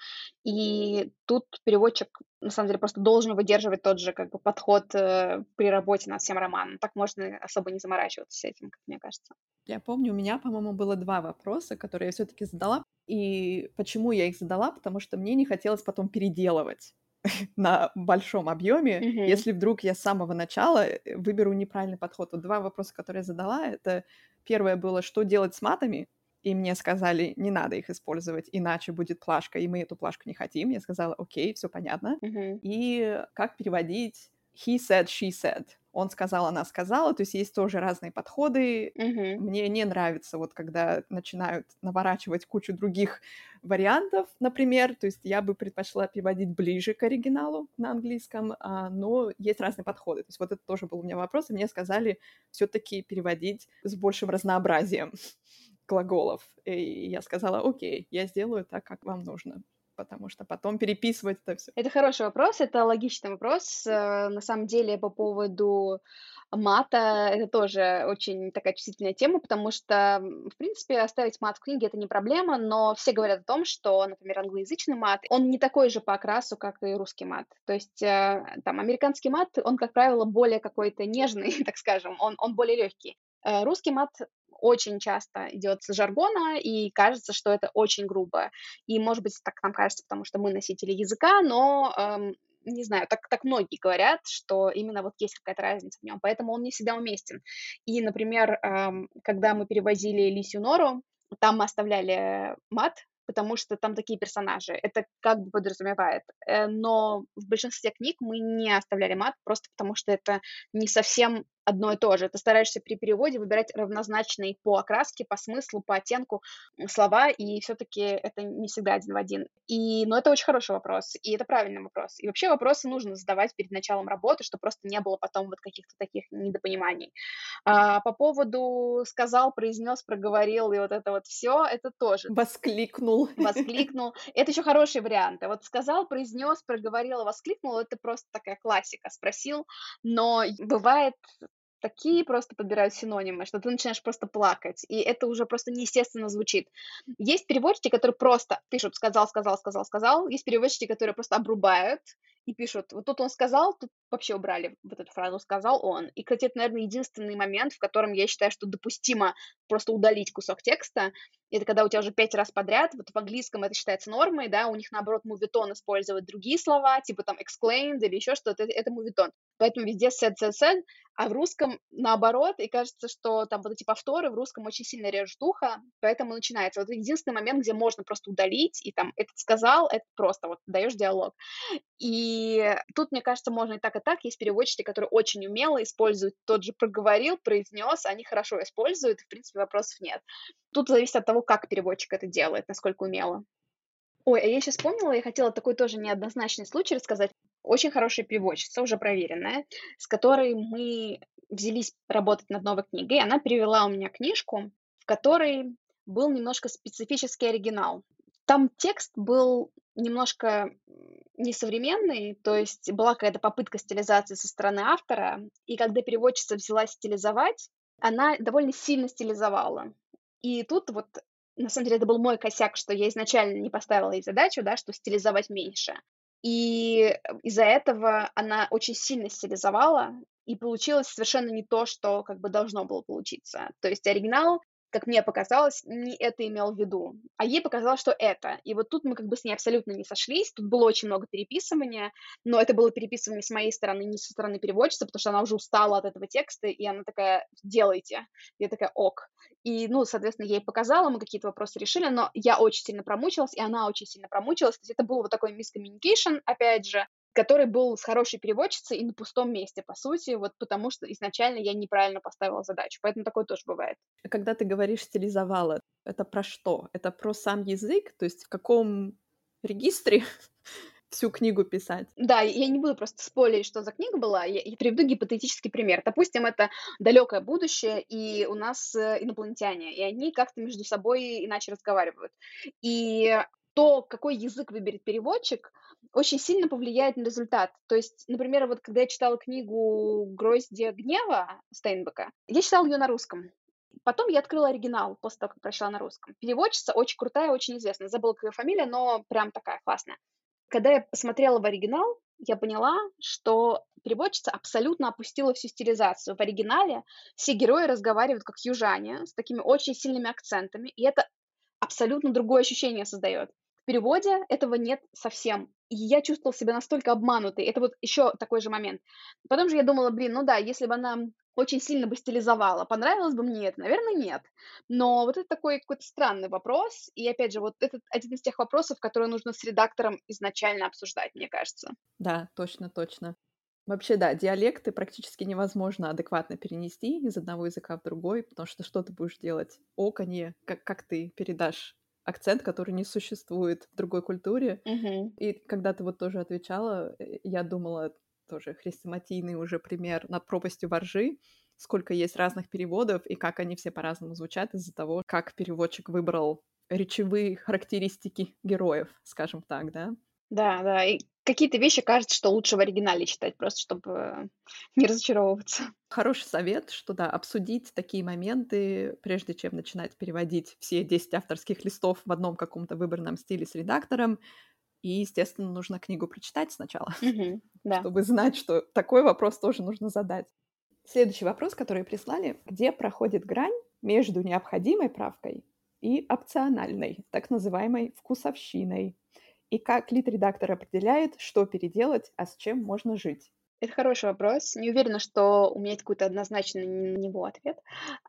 И тут переводчик, на самом деле, просто должен выдерживать тот же как бы подход, при работе над всем романом. Так можно особо не заморачиваться с этим, как мне кажется. Я помню, у меня, по-моему, было 2 вопроса, которые я все таки задала. И почему я их задала? Потому что мне не хотелось потом переделывать на большом объеме, Мгм. если вдруг я с самого начала, выберу неправильный подход. Вот 2 вопроса, которые я задала, это первое было: что делать с матами? И мне сказали: "Не надо их использовать, иначе будет плашка, и мы эту плашку не хотим". Я сказала: "Окей, все понятно". Мгм. И как переводить he said, she said? он сказал, она сказала. То есть есть тоже разные подходы. Мгм. Мне не нравится, вот когда начинают наворачивать кучу других вариантов, например. То есть я бы предпочла переводить ближе к оригиналу на английском, но есть разные подходы. То есть вот это тоже был у меня вопрос, и мне сказали все-таки переводить с большим разнообразием глаголов. И я сказала, окей, я сделаю так, как вам нужно, потому что потом переписывать это все. Это хороший вопрос, это логичный вопрос. На самом деле, по поводу мата, это тоже очень такая чувствительная тема, потому что, в принципе, оставить мат в книге — это не проблема, но все говорят о том, что, например, англоязычный мат, он не такой же по окрасу, как и русский мат. То есть, там, американский мат, он, как правило, более какой-то нежный, так скажем, он более легкий. Русский мат очень часто идет с жаргона, и кажется, что это очень грубо. И, может быть, так нам кажется, потому что мы носители языка, но, не знаю, так многие говорят, что именно вот есть какая-то разница в нем, поэтому он не всегда уместен. И, например, когда мы перевозили Лисью Нору, там мы оставляли мат, потому что там такие персонажи. Это как бы подразумевает. Но в большинстве книг мы не оставляли мат, просто потому что это не совсем одно и то же. Ты стараешься при переводе выбирать равнозначные по окраске, по смыслу, по оттенку слова, и все-таки это не всегда один в один. Но это очень хороший вопрос, и это правильный вопрос. И вообще вопросы нужно задавать перед началом работы, чтобы просто не было потом вот каких-то таких недопониманий. По поводу сказал, произнес, проговорил и вот это вот все, это тоже Воскликнул. воскликнул. Это еще хороший вариант. А вот сказал, произнес, проговорил, воскликнул — это просто такая классика. Спросил, но бывает такие просто подбирают синонимы, что ты начинаешь просто плакать, и это уже просто неестественно звучит. Есть переводчики, которые просто пишут «сказал, сказал, сказал, сказал». Есть переводчики, которые просто обрубают и пишут вот тут он сказал, тут вообще убрали вот эту фразу «сказал он». И, кстати, это, наверное, единственный момент, в котором я считаю, что допустимо просто удалить кусок текста. Это когда у тебя уже 5 раз подряд, вот в английском это считается нормой, да, у них, наоборот, movietone использовать другие слова, типа там explained или еще что-то, это movietone. Поэтому везде said, а в русском наоборот, и кажется, что там вот эти повторы в русском очень сильно режут ухо, поэтому начинается. Вот единственный момент, где можно просто удалить, и там этот сказал, это просто вот даешь диалог. И тут, мне кажется, можно и так, и так. Есть переводчики, которые очень умело используют тот же проговорил, произнес, они хорошо используют, и, в принципе, вопросов нет. Тут зависит от того, как переводчик это делает, насколько умело. Ой, а я сейчас вспомнила, я хотела такой тоже неоднозначный случай рассказать. Очень хорошая переводчица, уже проверенная, с которой мы взялись работать над новой книгой. Она перевела у меня книжку, в которой был немножко специфический оригинал. Там текст был немножко несовременный, то есть была какая-то попытка стилизации со стороны автора, и когда переводчица взялась стилизовать, она довольно сильно стилизовала. И тут вот, на самом деле, это был мой косяк, что я изначально не поставила ей задачу, да, что стилизовать меньше. И из-за этого она очень сильно стилизовала, и получилось совершенно не то, что как бы должно было получиться. То есть оригинал, как мне показалось, не это имел в виду, а ей показалось, что это. И вот тут мы как бы с ней абсолютно не сошлись, тут было очень много переписывания, но это было переписывание с моей стороны, не со стороны переводчицы, потому что она уже устала от этого текста, и она такая: «Делайте». Я такая: «Ок». И, ну, соответственно, я ей показала, мы какие-то вопросы решили, но я очень сильно промучилась, и она очень сильно промучилась. То есть это был вот такой miscommunication, опять же, который был с хорошей переводчицей и на пустом месте, по сути, вот потому что изначально я неправильно поставила задачу. Поэтому такое тоже бывает. Когда ты говоришь «стилизовала», это про что? Это про сам язык? То есть в каком регистре всю книгу писать? Да, я не буду просто спойлерить, что за книга была. Я приведу гипотетический пример. Допустим, это далекое будущее, и у нас инопланетяне, и они как-то между собой иначе разговаривают. И то, какой язык выберет переводчик, очень сильно повлияет на результат. То есть, например, вот когда я читала книгу «Гроздья гнева» Стейнбека, я читала ее на русском. Потом я открыла оригинал после того, как прочла на русском. Переводчица очень крутая, очень известная. Забыла, как её фамилия, но прям такая классная. Когда я посмотрела в оригинал, я поняла, что переводчица абсолютно опустила всю стилизацию. В оригинале все герои разговаривают как южане, с такими очень сильными акцентами, и это абсолютно другое ощущение создает. В переводе этого нет совсем. И я чувствовала себя настолько обманутой. Это вот еще такой же момент. Потом же я думала, блин, ну да, если бы она очень сильно бы стилизовала, понравилось бы мне это? Наверное, нет. Но вот это такой какой-то странный вопрос. И опять же, вот это один из тех вопросов, которые нужно с редактором изначально обсуждать, мне кажется. Да, точно, точно. Вообще, да, диалекты практически невозможно адекватно перенести из одного языка в другой, потому что ты будешь делать? Оканье. Как ты передашь акцент, который не существует в другой культуре? Мгм. И когда ты вот тоже отвечала, я думала, тоже хрестоматийный уже пример «Над пропастью во ржи», сколько есть разных переводов и как они все по-разному звучат из-за того, как переводчик выбрал речевые характеристики героев, скажем так, да. Да, да, и какие-то вещи кажется, что лучше в оригинале читать, просто чтобы не разочаровываться. Хороший совет, что да, обсудить такие моменты, прежде чем начинать переводить все 10 авторских листов в одном каком-то выбранном стиле с редактором. И, естественно, нужно книгу прочитать сначала, Мгм. Да. чтобы знать, что такой вопрос тоже нужно задать. Следующий вопрос, который прислали: где проходит грань между необходимой правкой и опциональной, так называемой вкусовщиной? И как лид-редактор определяет, что переделать, а с чем можно жить? Это хороший вопрос. Не уверена, что у меня есть какой-то однозначный на него ответ.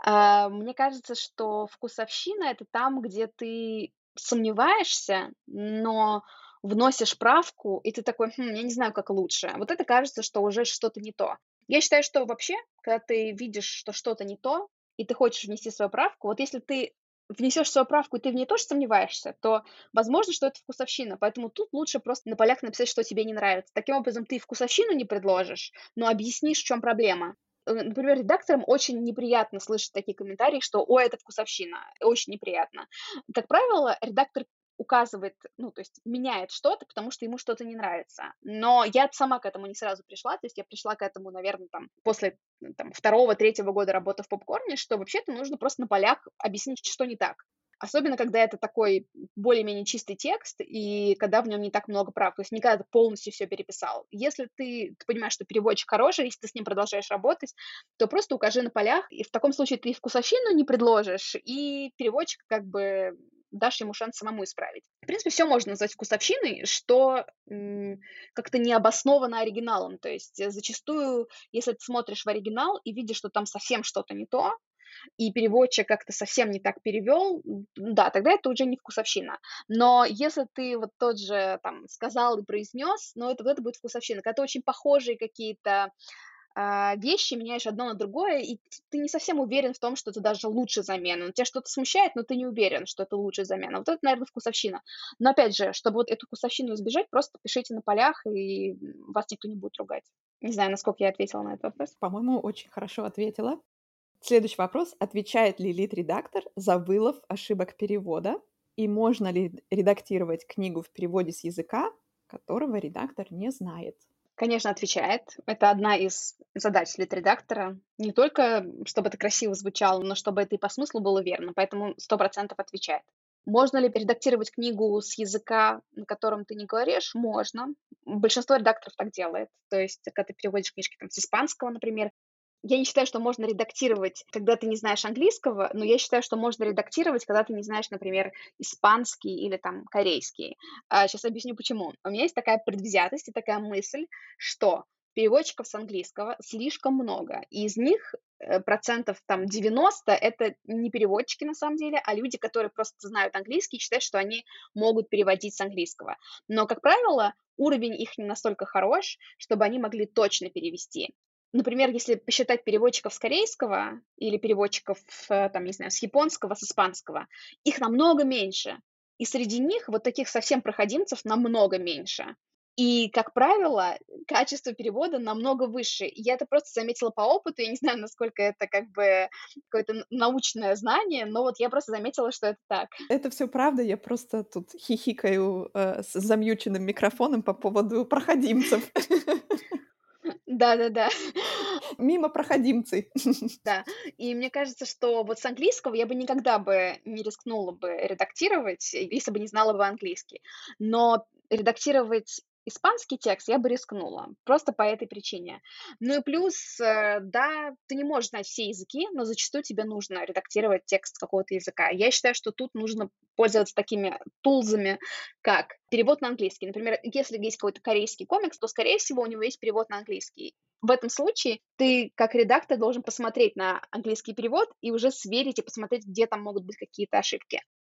Мне кажется, что вкусовщина — это там, где ты сомневаешься, но вносишь правку, и ты такой: "Хм, я не знаю, как лучше". Вот это кажется, что уже что-то не то. Я считаю, что вообще, когда ты видишь, что что-то не то, и ты хочешь внести свою правку, вот если ты внесешь свою правку, и ты в ней тоже сомневаешься, то возможно, что это вкусовщина, поэтому тут лучше просто на полях написать, что тебе не нравится. Таким образом, ты вкусовщину не предложишь, но объяснишь, в чем проблема. Например, редакторам очень неприятно слышать такие комментарии, что «Ой, это вкусовщина». Очень неприятно. Как правило, редактор указывает, ну, то есть меняет что-то, потому что ему что-то не нравится. Но я сама к этому не сразу пришла, то есть я пришла к этому, наверное, там, после там, второго, третьего года работы в попкорне, что вообще-то нужно просто на полях объяснить, что не так. Особенно, когда это такой более-менее чистый текст, и когда в нем не так много прав. То есть не когда ты полностью все переписал. Если ты понимаешь, что переводчик хороший, если ты с ним продолжаешь работать, то просто укажи на полях, и в таком случае ты и вкусовщину не предложишь, и переводчик как бы дашь ему шанс самому исправить. В принципе, все можно назвать вкусовщиной, что как-то не обосновано оригиналом. То есть зачастую, если ты смотришь в оригинал и видишь, что там совсем что-то не то, и переводчик как-то совсем не так перевел, да, тогда это уже не вкусовщина. Но если ты вот тот же там сказал и произнес, ну, это вот это будет вкусовщина. Когда ты очень похожие какие-то вещи меняешь одно на другое, и ты не совсем уверен в том, что это даже лучшая замена. Тебя что-то смущает, но ты не уверен, что это лучшая замена. Вот это, наверное, вкусовщина. Но опять же, чтобы вот эту вкусовщину избежать, просто пишите на полях, и вас никто не будет ругать. Не знаю, насколько я ответила на этот вопрос. По-моему, очень хорошо ответила. Следующий вопрос: отвечает ли лид-редактор за вылов ошибок перевода? И можно ли редактировать книгу в переводе с языка, которого редактор не знает? Конечно, отвечает. Это одна из задач лид-редактора. Не только чтобы это красиво звучало, но чтобы это и по смыслу было верно, поэтому 100% отвечает. Можно ли редактировать книгу с языка, на котором ты не говоришь? Можно. Большинство редакторов так делает. То есть, когда ты переводишь книжки там, с испанского, например, я не считаю, что можно редактировать, когда ты не знаешь английского, но я считаю, что можно редактировать, когда ты не знаешь, например, испанский или там корейский. Сейчас объясню почему. У меня есть такая предвзятость и такая мысль, что переводчиков с английского слишком много, и из них процентов там 90 это не переводчики на самом деле, а люди, которые просто знают английский и считают, что они могут переводить с английского. Но, как правило, уровень их не настолько хорош, чтобы они могли точно перевести. Например, если посчитать переводчиков с корейского или переводчиков, там, не знаю, с японского, с испанского, их намного меньше. И среди них вот таких совсем проходимцев намного меньше. И, как правило, качество перевода намного выше. И я это просто заметила по опыту. Я не знаю, насколько это как бы какое-то научное знание, но вот я просто заметила, что это так. Это все правда, я просто тут хихикаю, с замьюченным микрофоном по поводу проходимцев. Да-да-да. Мимо проходимцы. Да, и мне кажется, что вот с английского я бы никогда бы не рискнула бы редактировать, если бы не знала бы английский. Но редактировать испанский текст я бы рискнула, просто по этой причине. Ну и плюс, да, ты не можешь знать все языки, но зачастую тебе нужно редактировать текст какого-то языка. Я считаю, что тут нужно пользоваться такими тулзами, как перевод на английский. Например, если есть какой-то корейский комикс, то, скорее всего, у него есть перевод на английский. В этом случае ты, как редактор, должен посмотреть на английский перевод и уже сверить и посмотреть, где там могут быть какие-то ошибки.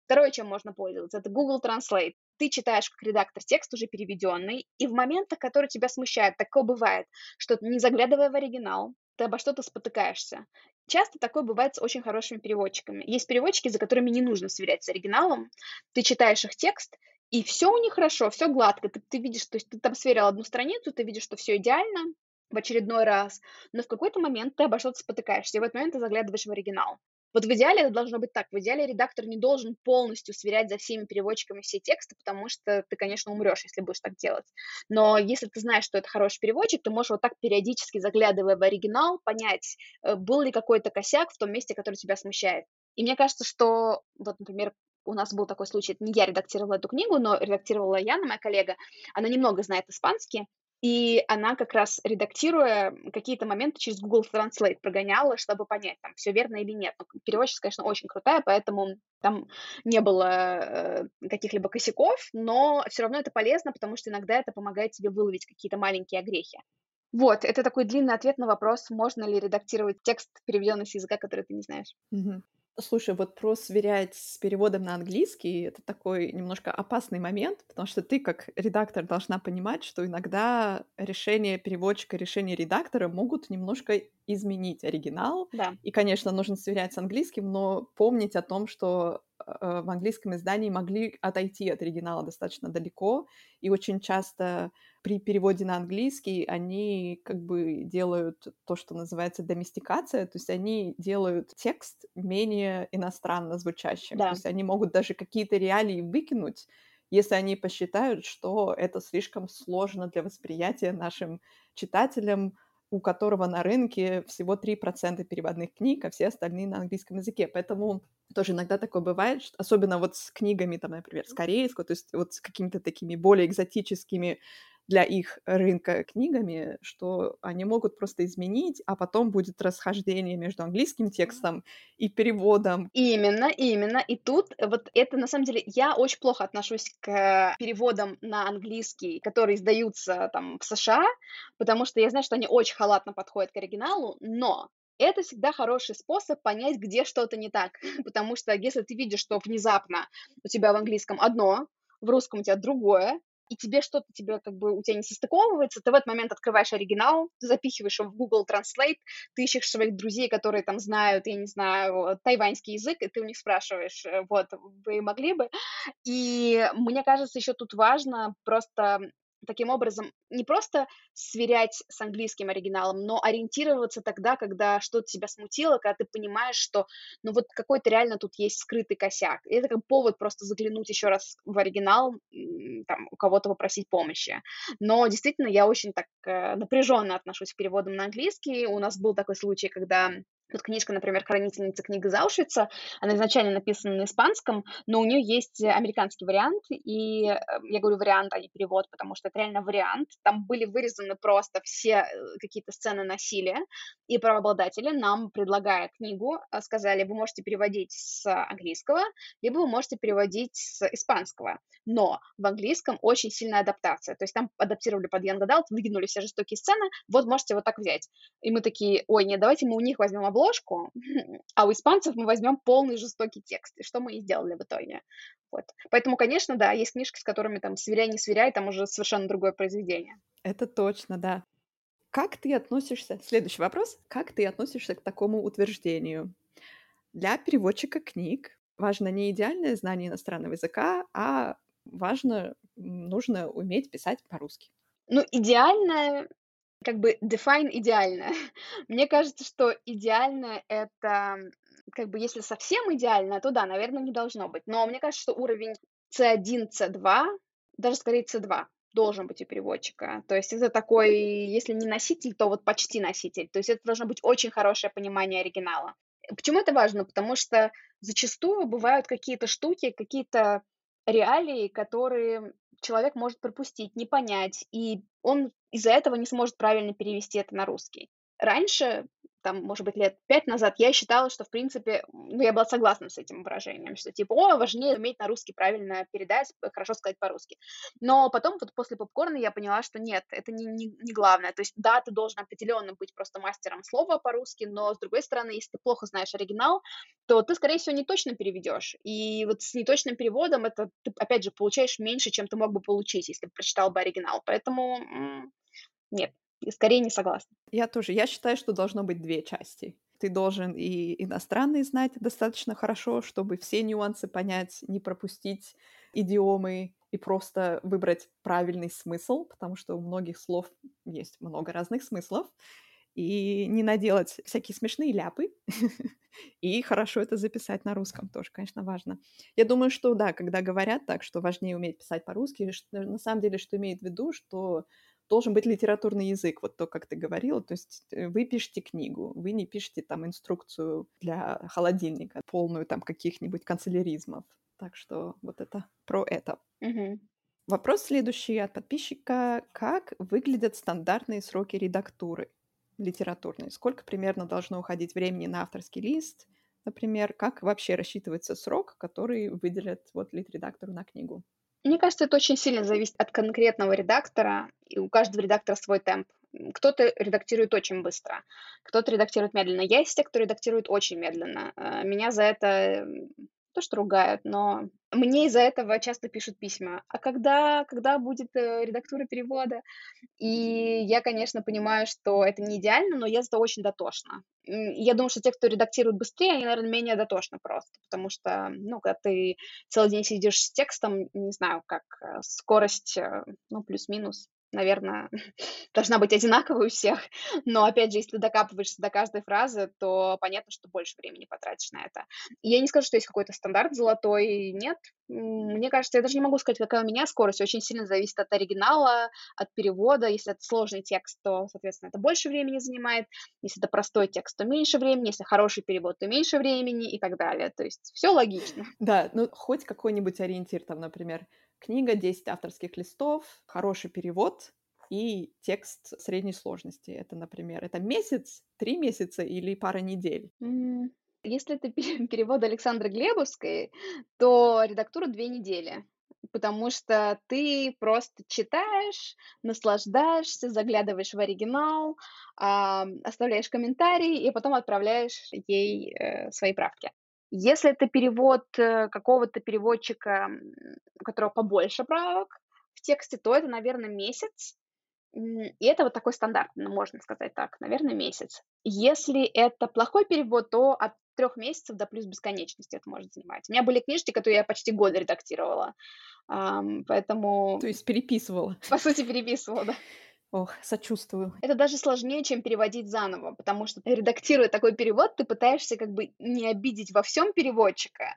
Второе, чем можно пользоваться, это Google Translate. Ты читаешь как редактор текст уже переведенный, и в моментах, которые тебя смущают, такое бывает, что не заглядывая в оригинал, ты обо что-то спотыкаешься. Часто такое бывает с очень хорошими переводчиками. Есть переводчики, за которыми не нужно сверять с оригиналом. Ты читаешь их текст, и все у них хорошо, все гладко. Ты видишь, то есть ты там сверил одну страницу, ты видишь, что все идеально в очередной раз, но в какой-то момент ты обо что-то спотыкаешься, и в этот момент ты заглядываешь в оригинал. Вот в идеале это должно быть так. В идеале редактор не должен полностью сверять за всеми переводчиками все тексты, потому что ты, конечно, умрешь, если будешь так делать. Но если ты знаешь, что это хороший переводчик, ты можешь вот так периодически, заглядывая в оригинал, понять, был ли какой-то косяк в том месте, который тебя смущает. И мне кажется, что вот, например, у нас был такой случай, это не я редактировала эту книгу, но редактировала Яна, моя коллега. Она немного знает испанский, и она как раз, редактируя, какие-то моменты через Google Translate прогоняла, чтобы понять, там, все верно или нет. Ну, переводчица, конечно, очень крутая, поэтому там не было, каких-либо косяков, но все равно это полезно, потому что иногда это помогает тебе выловить какие-то маленькие огрехи. Вот, это такой длинный ответ на вопрос, можно ли редактировать текст, переведенный с языка, который ты не знаешь. Мгм. Слушай, вот про сверять с переводом на английский — это такой немножко опасный момент, потому что ты как редактор должна понимать, что иногда решение переводчика, решение редактора могут немножко изменить оригинал. Да, И, конечно, нужно сверять с английским, но помнить о том, что, в английском издании могли отойти от оригинала достаточно далеко. И очень часто при переводе на английский они как бы делают то, что называется доместикация, то есть они делают текст менее иностранно звучащим. То да. есть они могут даже какие-то реалии выкинуть, если они посчитают, что это слишком сложно для восприятия нашим читателям, у которого на рынке всего 3% переводных книг, а все остальные на английском языке. Поэтому тоже иногда такое бывает, что особенно вот с книгами, там, например, с корейского, то есть вот с какими-то такими более экзотическими для их рынка книгами, что они могут просто изменить, а потом будет расхождение между английским текстом и переводом. Именно, именно. И тут вот это, на самом деле, я очень плохо отношусь к переводам на английский, которые издаются там в США, потому что я знаю, что они очень халатно подходят к оригиналу, но это всегда хороший способ понять, где что-то не так. Потому что если ты видишь, что внезапно у тебя в английском одно, в русском у тебя другое, и тебе что-то тебе как бы у тебя не состыковывается, ты в этот момент открываешь оригинал, ты запихиваешь его в Google Translate, ты ищешь своих друзей, которые там знают, я не знаю, тайваньский язык, и ты у них спрашиваешь, вот, вы могли бы? И мне кажется, еще тут важно просто таким образом не просто сверять с английским оригиналом, но ориентироваться тогда, когда что-то тебя смутило, когда ты понимаешь, что, ну, вот какой-то реально тут есть скрытый косяк. И это как повод просто заглянуть еще раз в оригинал, там, у кого-то попросить помощи. Но действительно, я очень так напряженно отношусь к переводам на английский. У нас был такой случай, когда вот книжка, например, «Хранительница книг из Аушвица», она изначально написана на испанском, но у нее есть американский вариант, и я говорю вариант, а не перевод, потому что это реально вариант. Там были вырезаны просто все какие-то сцены насилия, и правообладатели нам, предлагая книгу, сказали, вы можете переводить с английского, либо вы можете переводить с испанского. Но в английском очень сильная адаптация, то есть там адаптировали под Young Adult, выкинули все жестокие сцены, вот можете вот так взять. И мы такие, ой, нет, давайте мы у них возьмем обложку, а у испанцев мы возьмем полный жестокий текст. И что мы и сделали в итоге. Вот. Поэтому, конечно, да, есть книжки, с которыми там сверяй, не сверяй, там уже совершенно другое произведение. Это точно, да. Как ты относишься Следующий вопрос. Как ты относишься к такому утверждению? Для переводчика книг важно не идеальное знание иностранного языка, а важно, нужно уметь писать по-русски. Ну, идеальное, как бы define идеальное. Мне кажется, что идеальное это, как бы, если совсем идеально, то да, наверное, не должно быть. Но мне кажется, что уровень C1, C2, даже скорее C2 должен быть у переводчика. То есть это такой, если не носитель, то вот почти носитель. То есть это должно быть очень хорошее понимание оригинала. Почему это важно? Потому что зачастую бывают какие-то штуки, какие-то реалии, которые человек может пропустить, не понять, и он из-за этого не сможет правильно перевести это на русский. Раньше там, может быть, лет 5 назад, я считала, что, в принципе, ну, я была согласна с этим выражением, что типа, о, важнее уметь на русский правильно передать, хорошо сказать по-русски. Но потом, вот после попкорна я поняла, что нет, это не главное. То есть, да, ты должен определенно быть просто мастером слова по-русски, но, с другой стороны, если ты плохо знаешь оригинал, то ты, скорее всего, не точно переведешь. И вот с неточным переводом это ты, опять же, получаешь меньше, чем ты мог бы получить, если бы прочитал бы оригинал. Поэтому нет, скорее не согласна. Я тоже. Я считаю, что должно быть 2 части. Ты должен и иностранный знать достаточно хорошо, чтобы все нюансы понять, не пропустить идиомы и просто выбрать правильный смысл, потому что у многих слов есть много разных смыслов, и не наделать всякие смешные ляпы, и хорошо это записать на русском тоже, конечно, важно. Я думаю, что да, когда говорят так, что важнее уметь писать по-русски, на самом деле, что имеет в виду, что должен быть литературный язык, вот то, как ты говорила. То есть вы пишете книгу, вы не пишете там инструкцию для холодильника, полную там каких-нибудь канцеляризмов. Так что вот это про это. Мгм. Вопрос следующий от подписчика. Как выглядят стандартные сроки редактуры литературной? Сколько примерно должно уходить времени на авторский лист, например? Как вообще рассчитывается срок, который выделят вот литредактору на книгу? Мне кажется, это очень сильно зависит от конкретного редактора, и у каждого редактора свой темп. Кто-то редактирует очень быстро, кто-то редактирует медленно. Есть те, кто редактирует очень медленно. Меня за это не то что ругают, но мне из-за этого часто пишут письма. А когда будет редактура перевода? И я, конечно, понимаю, что это не идеально, но я зато очень дотошна. Я думаю, что те, кто редактирует быстрее, они, наверное, менее дотошны просто, потому что, ну, когда ты целый день сидишь с текстом, не знаю, как скорость, ну, плюс-минус, наверное, должна быть одинаковой у всех. Но, опять же, если ты докапываешься до каждой фразы, то понятно, что больше времени потратишь на это. И я не скажу, что есть какой-то стандарт золотой, нет. Мне кажется, я даже не могу сказать, какая у меня скорость. Очень сильно зависит от оригинала, от перевода. Если это сложный текст, то, соответственно, это больше времени занимает. Если это простой текст, то меньше времени. Если хороший перевод, то меньше времени и так далее. То есть все логично. Да, ну хоть какой-нибудь ориентир, там, например, книга, 10 авторских листов, хороший перевод и текст средней сложности. Это, например, это месяц, 3 месяца или пара недель. Если это перевод Александры Глебовской, то редактура 2 недели, потому что ты просто читаешь, наслаждаешься, заглядываешь в оригинал, оставляешь комментарии и потом отправляешь ей, свои правки. Если это перевод, какого-то переводчика, у которого побольше правок в тексте, то это, наверное, месяц. И это вот такой стандарт, ну, можно сказать так, наверное, месяц. Если это плохой перевод, то от 3 месяцев до плюс бесконечности это может занимать. У меня были книжки, которые я почти год редактировала, поэтому, То есть переписывала. по сути, переписывала, да. Ох, сочувствую. Это даже сложнее, чем переводить заново, потому что, редактируя такой перевод, ты пытаешься как бы не обидеть во всем переводчика,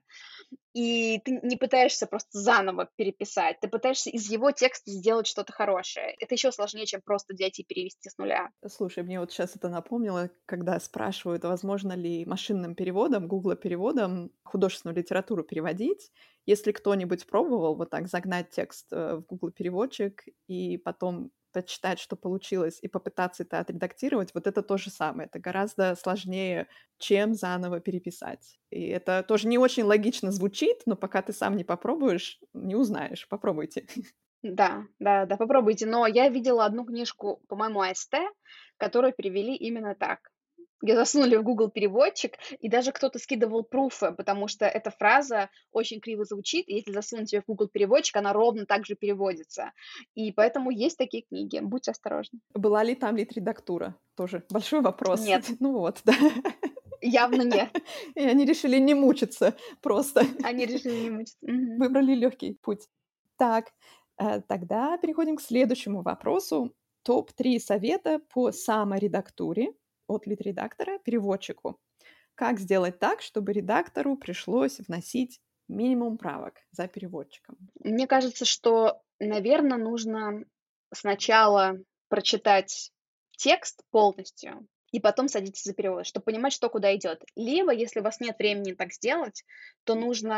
и ты не пытаешься просто заново переписать, ты пытаешься из его текста сделать что-то хорошее. Это еще сложнее, чем просто взять и перевести с нуля. Слушай, мне вот сейчас это напомнило, когда спрашивают, возможно ли машинным переводом, гуглопереводом художественную литературу переводить. Если кто-нибудь пробовал вот так загнать текст в Google-переводчик и потом почитать, что получилось, и попытаться это отредактировать, вот это то же самое. Это гораздо сложнее, чем заново переписать. И это тоже не очень логично звучит, но пока ты сам не попробуешь, не узнаешь. Попробуйте. Да, да-да, попробуйте. Но я видела одну книжку, по-моему, АСТ, которую перевели именно так. Её засунули в Google переводчик, и даже кто-то скидывал пруфы, потому что эта фраза очень криво звучит, и если засунуть её в Google переводчик, она ровно так же переводится. И поэтому есть такие книги. Будьте осторожны. Была ли там литредактура? Тоже большой вопрос. Нет, Ну вот, да. явно нет. И они решили не мучиться, просто Они решили не мучиться. Мгм. выбрали легкий путь. Так, тогда переходим к следующему вопросу. Топ-3 совета по саморедактуре от литредактора переводчику. Как сделать так, чтобы редактору пришлось вносить минимум правок за переводчиком? Мне кажется, что, наверно, нужно сначала прочитать текст полностью и потом садиться за перевод, чтобы понимать, что куда идет. Либо, если у вас нет времени так сделать, то нужно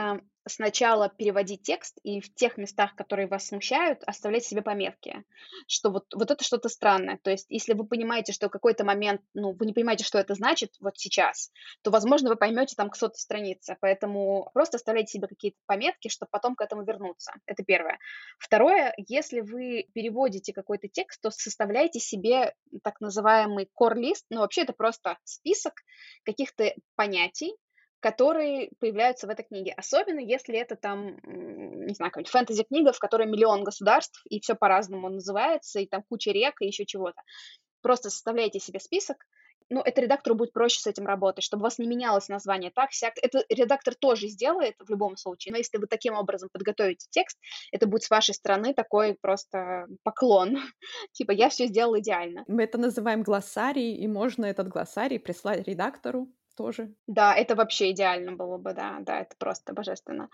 сначала переводить текст и в тех местах, которые вас смущают, оставлять себе пометки, что вот это что-то странное. То есть если вы понимаете, что в какой-то момент, ну, вы не понимаете, что это значит вот сейчас, то, возможно, вы поймете там к 100-й странице. Поэтому просто оставляйте себе какие-то пометки, чтобы потом к этому вернуться. Это первое. Второе, если вы переводите какой-то текст, то составляйте себе так называемый core-лист. Ну, вообще это просто список каких-то понятий, которые появляются в этой книге. Особенно если это там, не знаю, какая-нибудь фэнтези-книга, в которой миллион государств, и все по-разному называется, и там куча рек, и еще чего-то. Просто составляйте себе список. Ну, это редактору будет проще с этим работать, чтобы у вас не менялось название так, сяк. Это редактор тоже сделает в любом случае, но если вы таким образом подготовите текст, это будет с вашей стороны такой просто поклон. Типа, я все сделала идеально. Мы это называем глоссарий, и можно этот глоссарий прислать редактору тоже. Да, это вообще идеально было бы, да, да, это просто божественно.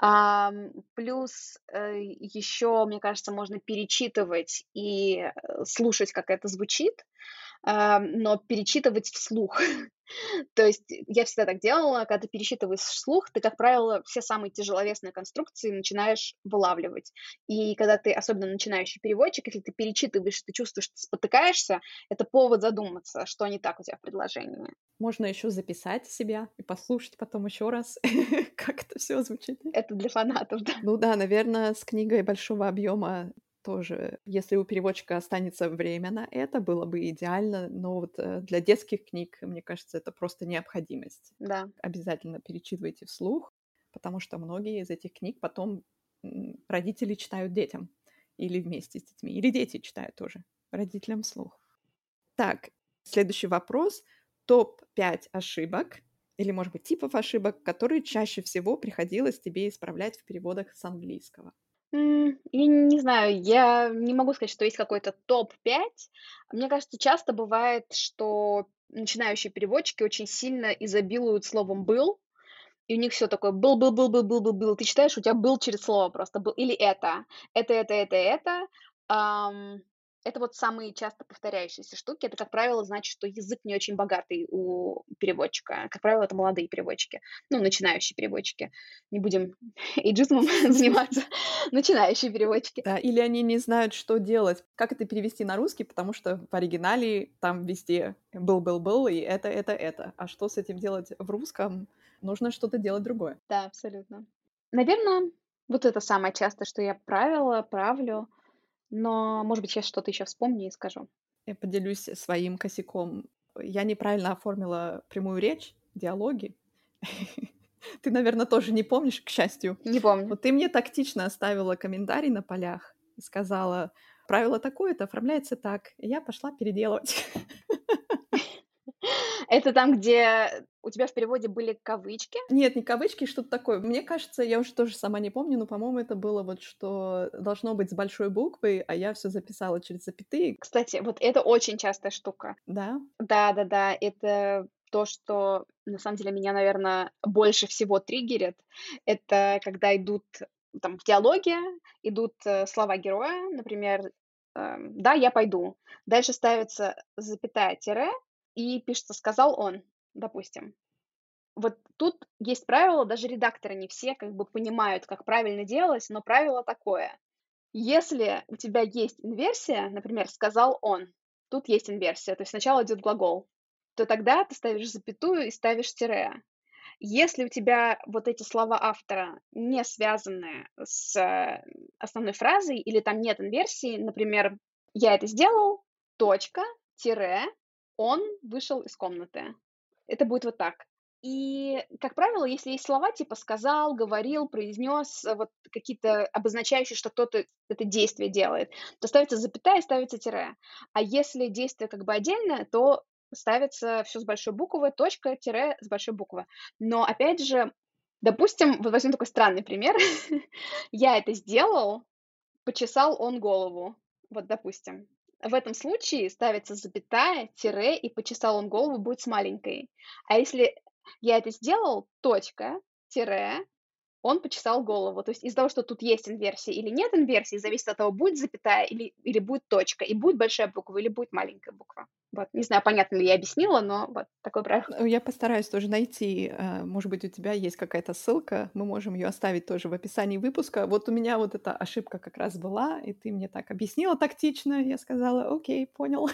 Плюс, еще, мне кажется, можно перечитывать и, слушать, как это звучит, но перечитывать вслух. То есть я всегда так делала, когда ты пересчитываешь вслух, ты, как правило, все самые тяжеловесные конструкции начинаешь вылавливать. И когда ты, особенно начинающий переводчик, если ты перечитываешь, ты чувствуешь, что ты спотыкаешься, это повод задуматься, что не так у тебя в предложении. Можно еще записать себя и послушать потом еще раз, как это все звучит. Это для фанатов, да. Ну да, наверное, с книгой большого объема тоже, если у переводчика останется время на это, было бы идеально. Но вот для детских книг, мне кажется, это просто необходимость. Да. Обязательно перечитывайте вслух, потому что многие из этих книг потом родители читают детям или вместе с детьми, или дети читают тоже родителям вслух. Так, следующий вопрос. Топ-5 ошибок или, может быть, типов ошибок, которые чаще всего приходилось тебе исправлять в переводах с английского? Я не знаю, я не могу сказать, что есть какой-то топ-5. Мне кажется, часто бывает, что начинающие переводчики очень сильно изобилуют словом "был", и у них все такое был. Ты читаешь, у тебя "был" через слово просто был. Или это. Ам, это вот самые часто повторяющиеся штуки. Это, как правило, значит, что язык не очень богатый у переводчика. Как правило, это молодые переводчики, ну, начинающие переводчики. Не будем эйджизмом заниматься. Начинающие переводчики. Да, или они не знают, что делать, как это перевести на русский, потому что в оригинале там везде был, и это. А что с этим делать в русском? Нужно что-то делать другое. Да, абсолютно. Наверно, вот это самое частое, что я правлю, но, может быть, я что-то еще вспомню и скажу. Я поделюсь своим косяком. Я неправильно оформила прямую речь, диалоги. Ты, наверное, тоже не помнишь, к счастью. Не помню. Вот ты мне тактично оставила комментарий на полях и сказала: "Правило такое-то оформляется так". И я пошла переделывать. Это там, где у тебя в переводе были кавычки? Нет, не кавычки, что-то такое. Мне кажется, я уже тоже сама не помню, но, по-моему, это было вот, что должно быть с большой буквы, а я все записала через запятые. Кстати, вот это очень частая штука. Да? Да-да-да, это то, что на самом деле меня, наверно, больше всего триггерит. Это когда идут там в диалоге, идут, слова героя, например, "Да, я пойду". Дальше ставится запятая, тире и пишется "сказал он", допустим. Вот тут есть правило, даже редакторы не все как бы понимают, как правильно делать, но правило такое: если у тебя есть инверсия, например, "сказал он", тут есть инверсия, то есть сначала идет глагол, то тогда ты ставишь запятую и ставишь тире. Если у тебя вот эти слова автора не связаны с, основной фразой или там нет инверсии, например, "я это сделал", точка, тире, он вышел из комнаты. Это будет вот так. И, как правило, если есть слова типа сказал, говорил, произнес, вот какие-то обозначающие, что кто-то это действие делает, то ставится запятая и ставится тире. А если действие как бы отдельное, то ставится все с большой буквы, точка, тире с большой буквы. Но опять же, допустим, вот возьмем такой странный пример. Я это сделал, почесал он голову. Вот, допустим. В этом случае ставится запятая, тире, и почесал он голову будет с маленькой. А если я это сделал, точка, тире, он почесал голову. То есть из-за того, что тут есть инверсия или нет инверсии, зависит от того, будет запятая или будет точка, и будет большая буква или будет маленькая буква. Вот. Не знаю, понятно ли я объяснила, но вот такое правило. Я постараюсь тоже найти, может быть, у тебя есть какая-то ссылка, мы можем ее оставить тоже в описании выпуска. Вот у меня вот эта ошибка как раз была, и ты мне так объяснила тактично, я сказала: "Окей, понял".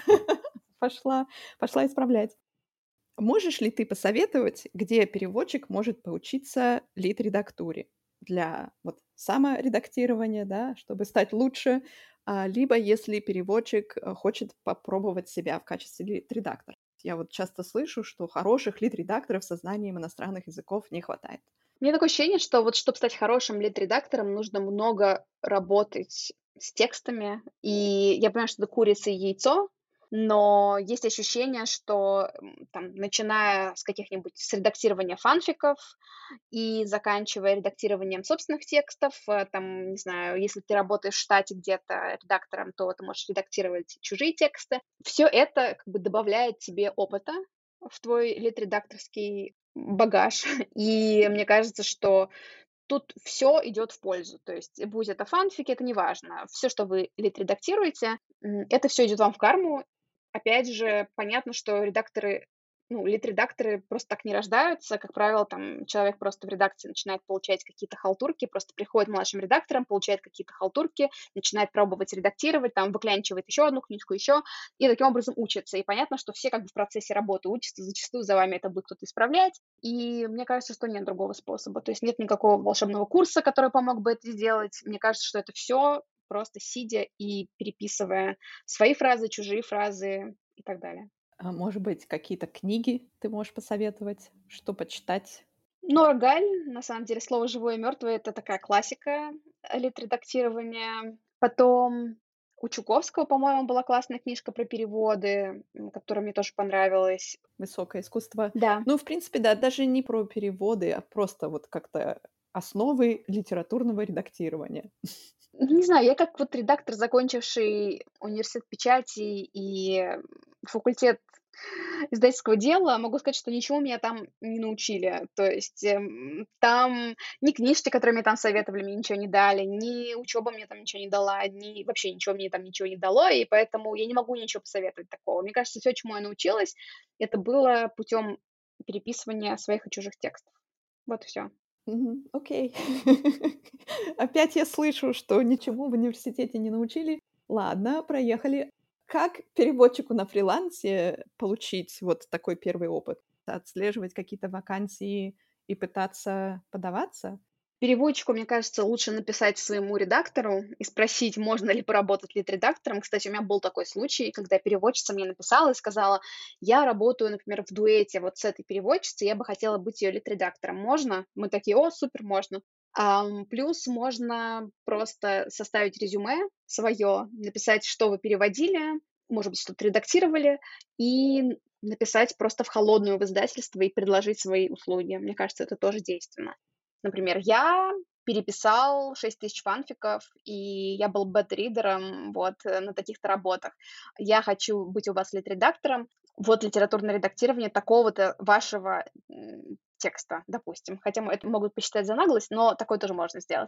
Пошла исправлять. Можешь ли ты посоветовать, где переводчик может поучиться лид-редактуре для вот саморедактирования, да, чтобы стать лучше, либо если переводчик, хочет попробовать себя в качестве лид-редактора? Я вот часто слышу, что хороших лид-редакторов со знанием иностранных языков не хватает. У меня такое ощущение, что вот чтобы стать хорошим лид-редактором, нужно много работать с текстами. И я понимаю, что это курица и яйцо, но есть ощущение, что там, начиная с каких-нибудь с редактирования фанфиков и заканчивая редактированием собственных текстов, там, не знаю, если ты работаешь в штате где-то редактором, то ты можешь редактировать чужие тексты. Все это как бы добавляет тебе опыта в твой лид-редакторский багаж. И мне кажется, что тут все идет в пользу. То есть будь это фанфики, это неважно. Все, что вы лид-редактируете, это все идет вам в карму. Опять же, понятно, что редакторы, ну, лид-редакторы просто так не рождаются. Как правило, там человек просто в редакции начинает получать какие-то халтурки, просто приходит младшим редактором, получает какие-то халтурки, начинает пробовать редактировать, там выклянчивает еще одну книжку, еще, и таким образом учится. И понятно, что все как бы в процессе работы учатся, зачастую за вами это будет кто-то исправлять. И мне кажется, что нет другого способа. То есть нет никакого волшебного курса, который помог бы это сделать. Мне кажется, что это все просто сидя и переписывая свои фразы, чужие фразы и так далее. Может быть, какие-то книги ты можешь посоветовать, что почитать? Нора Галь, на самом деле, слово "живое" и "мёртвое" — это такая классика литредактирования. Потом у Чуковского, по-моему, была классная книжка про переводы, которая мне тоже понравилась. Высокое искусство. Да. Ну, в принципе, да, даже не про переводы, а просто вот как-то основы литературного редактирования. Не знаю, я как вот редактор, закончивший университет печати и факультет издательского дела, могу сказать, что ничего меня там не научили. То есть, там ни книжки, которые мне там советовали, мне ничего не дали, ни учеба мне там ничего не дала, ни вообще ничего мне там ничего не дало, и поэтому я не могу ничего посоветовать такого. Мне кажется, все, чему я научилась, это было путем переписывания своих и чужих текстов. Вот и всё. Мгм. Окей. Опять я слышу, что ничему в университете не научили. Ладно, проехали. Как переводчику на фрилансе получить вот такой первый опыт? Отслеживать какие-то вакансии и пытаться подаваться? Переводчику, мне кажется, лучше написать своему редактору и спросить, можно ли поработать лид-редактором. Кстати, у меня был такой случай, когда переводчица мне написала и сказала: "Я работаю, например, в дуэте вот с этой переводчицей, я бы хотела быть ее лид-редактором. Можно?" Мы такие: "О, супер, можно". Плюс можно просто составить резюме свое, написать, что вы переводили, может быть, что-то редактировали, и написать просто в холодную в издательство и предложить свои услуги. Мне кажется, это тоже действенно. Например, я переписал 6000 фанфиков, и я был бета-ридером вот, на таких-то работах. Я хочу быть у вас лид-редактором. Вот литературное редактирование такого-то вашего, текста, допустим. Хотя это могут посчитать за наглость, но такое тоже можно сделать.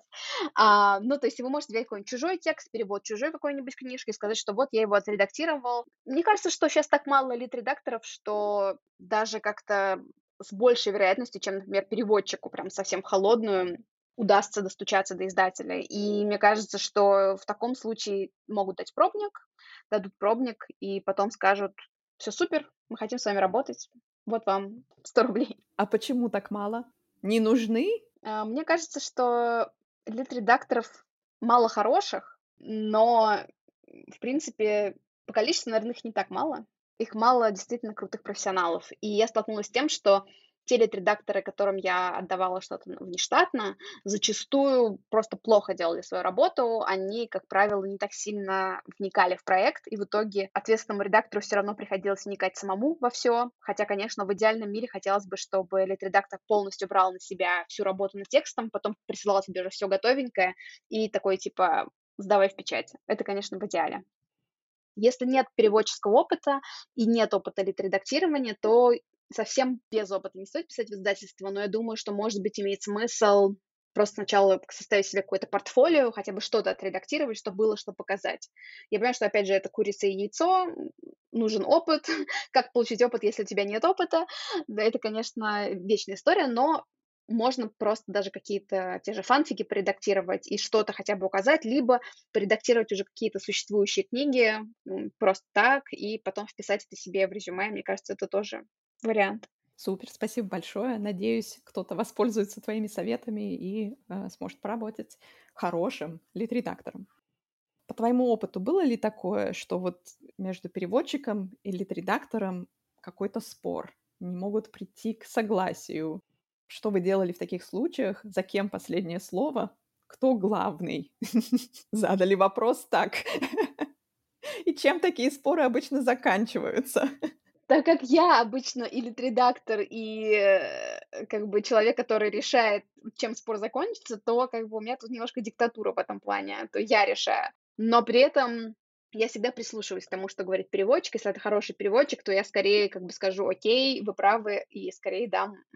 Ну, то есть вы можете взять какой-нибудь чужой текст, перевод чужой какой-нибудь книжки и сказать, что вот я его отредактировал. Мне кажется, что сейчас так мало лид-редакторов, что даже как-то с большей вероятностью, чем, например, переводчику прям совсем в холодную, удастся достучаться до издателя. И мне кажется, что в таком случае могут дать пробник, дадут пробник и потом скажут: "Все супер, мы хотим с вами работать. Вот вам 100 рублей". А почему так мало? Не нужны? Мне кажется, что лид-редакторов мало хороших, но, в принципе, по количеству, наверно, их не так мало. Их мало действительно крутых профессионалов. И я столкнулась с тем, что те лид-редакторы, которым я отдавала что-то внештатно, зачастую просто плохо делали свою работу. Они, как правило, не так сильно вникали в проект, и в итоге ответственному редактору все равно приходилось вникать самому во все. Хотя, конечно, в идеальном мире хотелось бы, чтобы лид-редактор полностью брал на себя всю работу над текстом, потом присылал тебе уже все готовенькое и такой типа: "Сдавай в печать". Это, конечно, в идеале. Если нет переводческого опыта и нет опыта лид-редактирования, то совсем без опыта не стоит писать в издательство, но я думаю, что, может быть, имеет смысл просто сначала составить себе какое-то портфолио, хотя бы что-то отредактировать, чтобы было что показать. Я понимаю, что, опять же, это курица и яйцо, нужен опыт. Как получить опыт, если у тебя нет опыта? Да, это, конечно, вечная история, но можно просто даже какие-то те же фанфики поредактировать и что-то хотя бы указать, либо поредактировать уже какие-то существующие книги просто так и потом вписать это себе в резюме. Мне кажется, это тоже вариант. Супер, спасибо большое. Надеюсь, кто-то воспользуется твоими советами и сможет поработать хорошим лид-редактором. По твоему опыту, было ли такое, что вот между переводчиком и лид-редактором какой-то спор, не могут прийти к согласию? Что вы делали в таких случаях? За кем последнее слово? Кто главный? Задали вопрос так. И чем такие споры обычно заканчиваются? Так как я обычно и лид-редактор, и, как бы человек, который решает, чем спор закончится, то как бы у меня тут немножко диктатура в этом плане, то я решаю. Но при этом я всегда прислушиваюсь к тому, что говорит переводчик. Если это хороший переводчик, то я скорее как бы скажу: "Окей, вы правы", и скорее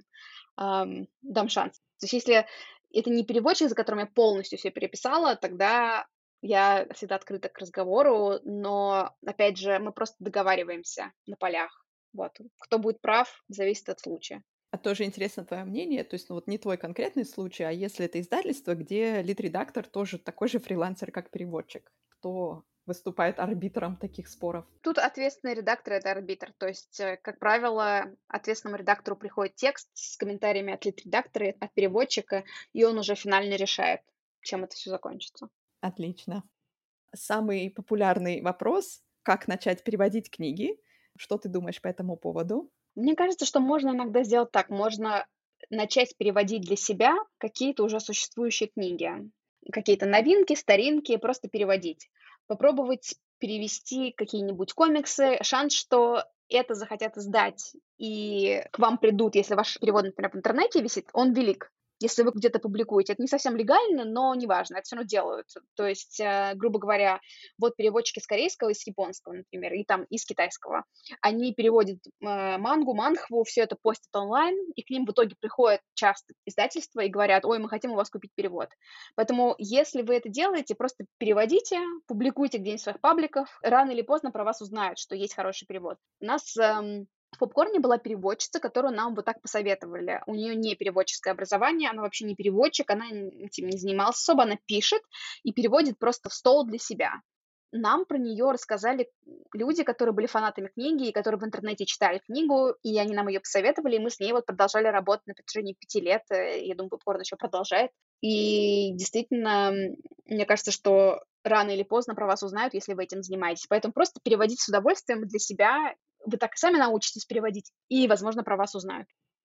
дам шанс. То есть если это не переводчик, за которым я полностью все переписала, тогда я всегда открыта к разговору, но, опять же, мы просто договариваемся на полях. Вот. Кто будет прав, зависит от случая. А тоже интересно твое мнение, то есть, ну вот не твой конкретный случай, а если это издательство, где лид-редактор тоже такой же фрилансер, как переводчик, кто выступает арбитром таких споров? Тут ответственный редактор — это арбитр. То есть, как правило, ответственному редактору приходит текст с комментариями от лид-редактора, от переводчика, и он уже финально решает, чем это все закончится. Отлично. Самый популярный вопрос — как начать переводить книги? Что ты думаешь по этому поводу? Мне кажется, что можно иногда сделать так. Можно начать переводить для себя какие-то уже существующие книги, какие-то новинки, старинки, просто переводить. Попробовать перевести какие-нибудь комиксы. Шанс, что это захотят издать и к вам придут, если ваш перевод, например, в интернете висит, он велик. Если вы где-то публикуете, это не совсем легально, но неважно, это все равно делают. То есть, грубо говоря, вот переводчики с корейского и с японского, например, и там и с китайского. Они переводят мангу, манхву, все это постят онлайн, и к ним в итоге приходят часто издательства и говорят: "Ой, мы хотим у вас купить перевод". Поэтому, если вы это делаете, просто переводите, публикуйте где-нибудь в своих пабликах. Рано или поздно про вас узнают, что есть хороший перевод. У нас в "Попкорне" была переводчица, которую нам вот так посоветовали. У нее не переводческое образование, она вообще не переводчик, она этим не занималась особо, она пишет и переводит просто в стол для себя. Нам про нее рассказали люди, которые были фанатами книги и которые в интернете читали книгу, и они нам ее посоветовали, и мы с ней вот продолжали работать на протяжении 5 лет. Я думаю, Попкорн еще продолжает. И действительно, мне кажется, что рано или поздно про вас узнают, если вы этим занимаетесь. Поэтому просто переводите с удовольствием для себя. Вы так и сами научитесь переводить, и, возможно, про вас узнают.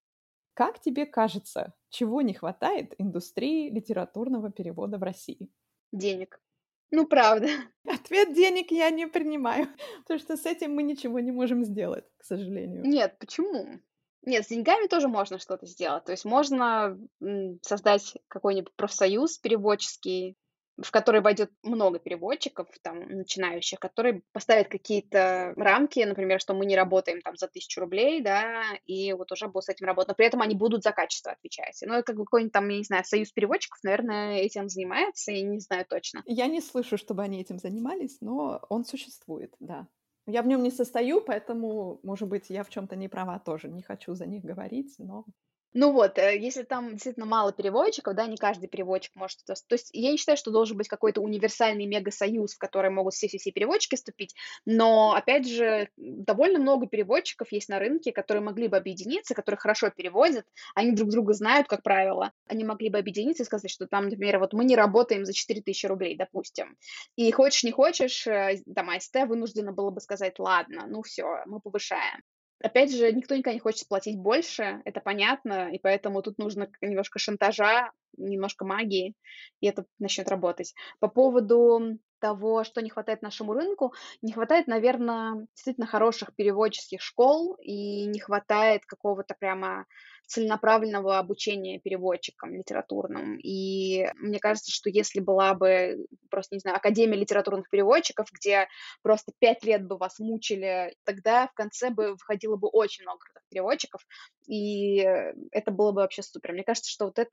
Как тебе кажется, чего не хватает индустрии литературного перевода в России? Денег. Ну, правда. Ответ: денег я не принимаю, потому что с этим мы ничего не можем сделать, к сожалению. Нет, почему? Нет, с деньгами тоже можно что-то сделать. То есть можно, создать какой-нибудь профсоюз переводческий, в который войдет много переводчиков, там, начинающих, которые поставят какие-то рамки, например, что мы не работаем там за 1000 рублей, да, и вот уже будут с этим работать. Но при этом они будут за качество отвечать. Ну, это как бы какой-нибудь там, я не знаю, союз переводчиков, наверное, этим занимается, я не знаю точно. Я не слышу, чтобы они этим занимались, но он существует, да. Я в нем не состою, поэтому, может быть, я в чем то не права тоже. Не хочу за них говорить, но Ну вот, если там действительно мало переводчиков, да, не каждый переводчик может это. То есть я не считаю, что должен быть какой-то универсальный мега-союз, в который могут все переводчики вступить, но, опять же, довольно много переводчиков есть на рынке, которые могли бы объединиться, которые хорошо переводят, они друг друга знают, как правило, они могли бы объединиться и сказать, что там, например, вот мы не работаем за 4000 рублей, допустим, и хочешь не хочешь, там АСТ вынуждена было бы сказать: "Ладно, ну все, мы повышаем". Опять же, никто никогда не хочет платить больше, это понятно, и поэтому тут нужно немножко шантажа, немножко магии, и это начнет работать. По поводу того, что не хватает нашему рынку, не хватает, наверное, действительно хороших переводческих школ, и не хватает какого-то прямо целенаправленного обучения переводчикам литературным. И мне кажется, что если была бы просто, не знаю, академия литературных переводчиков, где просто 5 лет бы вас мучили, тогда в конце бы выходило бы очень много крутых переводчиков, и это было бы вообще супер. Мне кажется, что вот это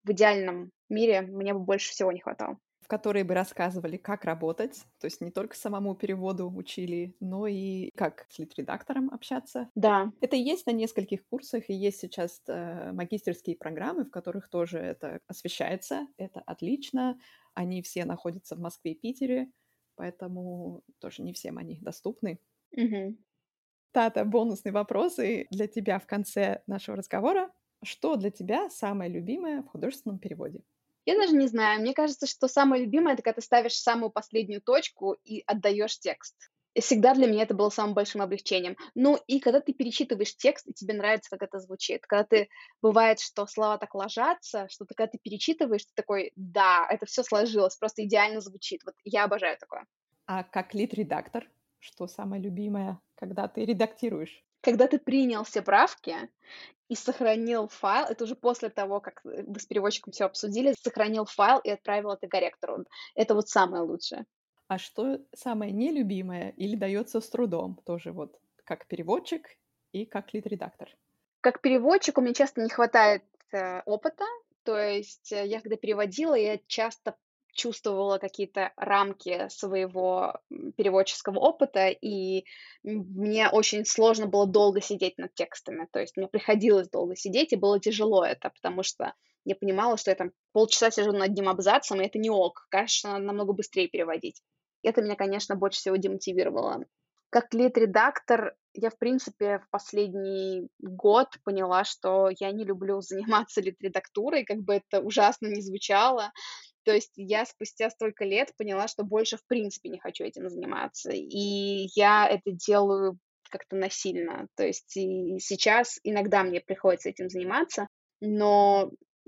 в идеальном мире мне бы больше всего не хватало. В которые бы рассказывали, как работать, то есть не только самому переводу учили, но и как с литредактором общаться. Да. Это есть на нескольких курсах, и есть сейчас магистерские программы, в которых тоже это освещается. Это отлично. Они все находятся в Москве и Питере, поэтому тоже не всем они доступны. Мгм. Тата, бонусные вопросы для тебя в конце нашего разговора. Что для тебя самое любимое в художественном переводе? Я даже не знаю. Мне кажется, что самое любимое — это когда ты ставишь самую последнюю точку и отдаешь текст. И всегда для меня это было самым большим облегчением. Ну, и когда ты перечитываешь текст, и тебе нравится, как это звучит. Когда ты бывает, что слова так ложатся, что ты, когда ты перечитываешь, ты такой: "Да, это все сложилось, просто идеально звучит". Вот я обожаю такое. А как лид-редактор, что самое любимое, когда ты редактируешь? Когда ты принял все правки и сохранил файл, это уже после того, как, вы с переводчиком все обсудили, сохранил файл и отправил это корректору. Это вот самое лучшее. А что самое нелюбимое или дается с трудом? Тоже вот как переводчик и как лид-редактор. Как переводчик у меня часто не хватает, опыта. То есть, я когда переводила, я часто чувствовала какие-то рамки своего, переводческого опыта, и, мне очень сложно было долго сидеть над текстами. То есть мне приходилось долго сидеть, и было тяжело это, потому что я понимала, что я там полчаса сижу над одним абзацем, и это не ок. Конечно, надо намного быстрее переводить. Это меня, конечно, больше всего демотивировало. Как лид-редактор я, в принципе, в последний год поняла, что я не люблю заниматься лид-редактурой, как бы это ужасно не звучало. То есть я спустя столько лет поняла, что больше в принципе не хочу этим заниматься. И я это делаю как-то насильно. То есть и сейчас иногда мне приходится этим заниматься, но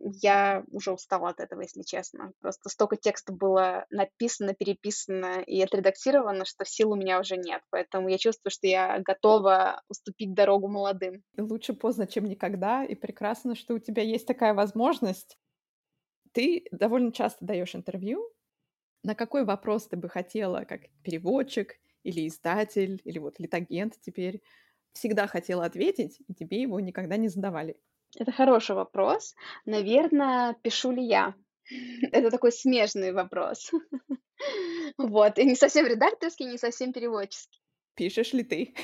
я уже устала от этого, если честно. Просто столько текста было написано, переписано и отредактировано, что сил у меня уже нет. Поэтому я чувствую, что я готова уступить дорогу молодым. И лучше поздно, чем никогда, и прекрасно, что у тебя есть такая возможность. Ты довольно часто даешь интервью. На какой вопрос ты бы хотела, как переводчик или издатель, или вот литагент теперь, всегда хотела ответить, и тебе его никогда не задавали? Это хороший вопрос. Наверное, пишу ли я? Это такой смежный вопрос. Вот, и не совсем редакторский, не совсем переводческий. Пишешь ли ты?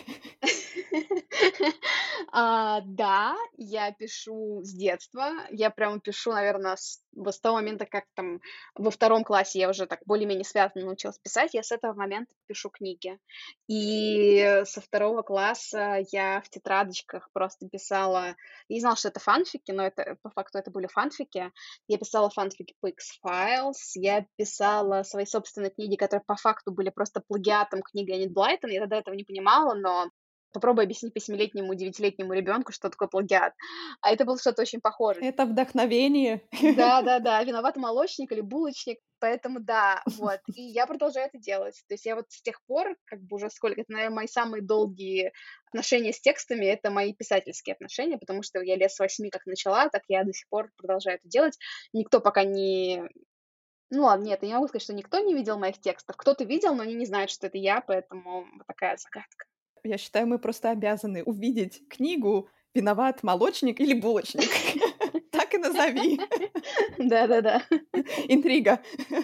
Да, я пишу с детства. Я прямо пишу, наверное, вот с того момента, как там во втором классе я уже так более-менее связно научилась писать, я с этого момента пишу книги. И со второго класса я в тетрадочках просто писала. Я не знала, что это фанфики, но это по факту это были фанфики. Я писала фанфики по X-Files, я писала свои собственные книги, которые по факту были просто плагиатом книги Энит Блайтон. Я тогда этого не понимала, но попробуй объяснить 8-летнему, 9-летнему ребенку, что такое плагиат. А это было что-то очень похожее. Это вдохновение. Да-да-да, виноват молочник или булочник. Поэтому да, вот. И я продолжаю это делать. То есть я вот с тех пор, как бы уже сколько, это, наверное, мои самые долгие отношения с текстами, это мои писательские отношения, потому что я лет с 8 как начала, так я до сих пор продолжаю это делать. Никто пока не... Ну ладно, нет, я не могу сказать, что никто не видел моих текстов. Кто-то видел, но они не знают, что это я, поэтому вот такая загадка. Я считаю, мы просто обязаны увидеть книгу "Виноват молочник или булочник". Так и назови. Да-да-да. Интрига.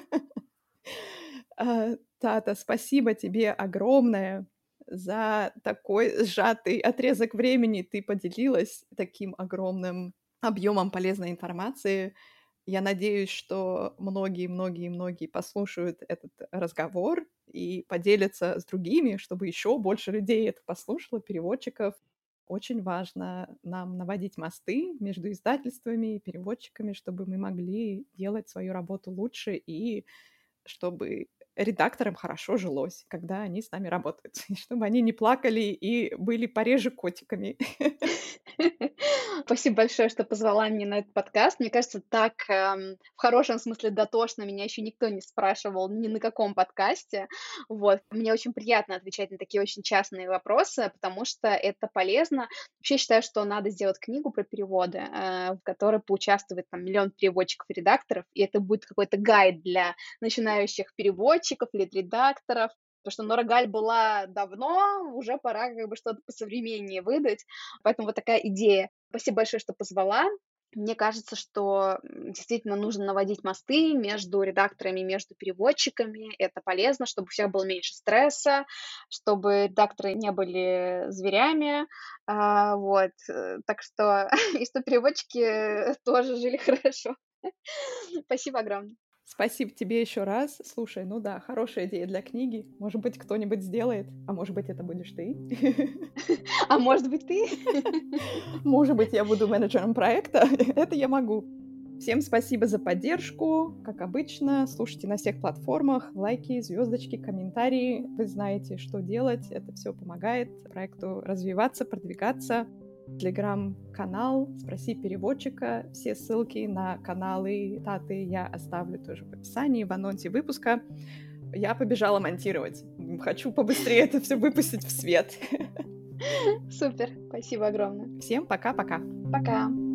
Тата, спасибо тебе огромное за такой сжатый отрезок времени. Ты поделилась таким огромным объемом полезной информации. Я надеюсь, что многие послушают этот разговор и поделятся с другими, чтобы еще больше людей это послушало, переводчиков. Очень важно нам наводить мосты между издательствами и переводчиками, чтобы мы могли делать свою работу лучше и чтобы редакторам хорошо жилось, когда они с нами работают, и чтобы они не плакали и были пореже котиками. Спасибо большое, что позвала меня на этот подкаст. Мне кажется, так, в хорошем смысле дотошно меня еще никто не спрашивал ни на каком подкасте. Вот. Мне очень приятно отвечать на такие очень частные вопросы, потому что это полезно. Вообще считаю, что надо сделать книгу про переводы, в которой поучаствует там миллион переводчиков и редакторов, и это будет какой-то гайд для начинающих переводчиков, редакторов. Потому что Нора Галь была давно, уже пора как бы что-то посовременнее выдать. Поэтому вот такая идея. Спасибо большое, что позвала. Мне кажется, что действительно нужно наводить мосты между редакторами, между переводчиками. Это полезно, чтобы у всех было меньше стресса, чтобы редакторы не были зверями. Вот. Так что и что переводчики тоже жили хорошо. Спасибо огромное. Спасибо тебе еще раз. Слушай, ну да, хорошая идея для книги. Может быть, кто-нибудь сделает, а может быть, это будешь ты. А может быть, ты? Может быть, я буду менеджером проекта. Это я могу. Всем спасибо за поддержку. Как обычно, слушайте на всех платформах. Лайки, звездочки, комментарии. Вы знаете, что делать. Это все помогает проекту развиваться, продвигаться. Телеграм-канал «Спроси переводчика». Все ссылки на каналы Таты я оставлю тоже в описании, в анонсе выпуска. Я побежала монтировать. Хочу побыстрее это все выпустить в свет. Супер. Спасибо огромное. Всем пока-пока. Пока.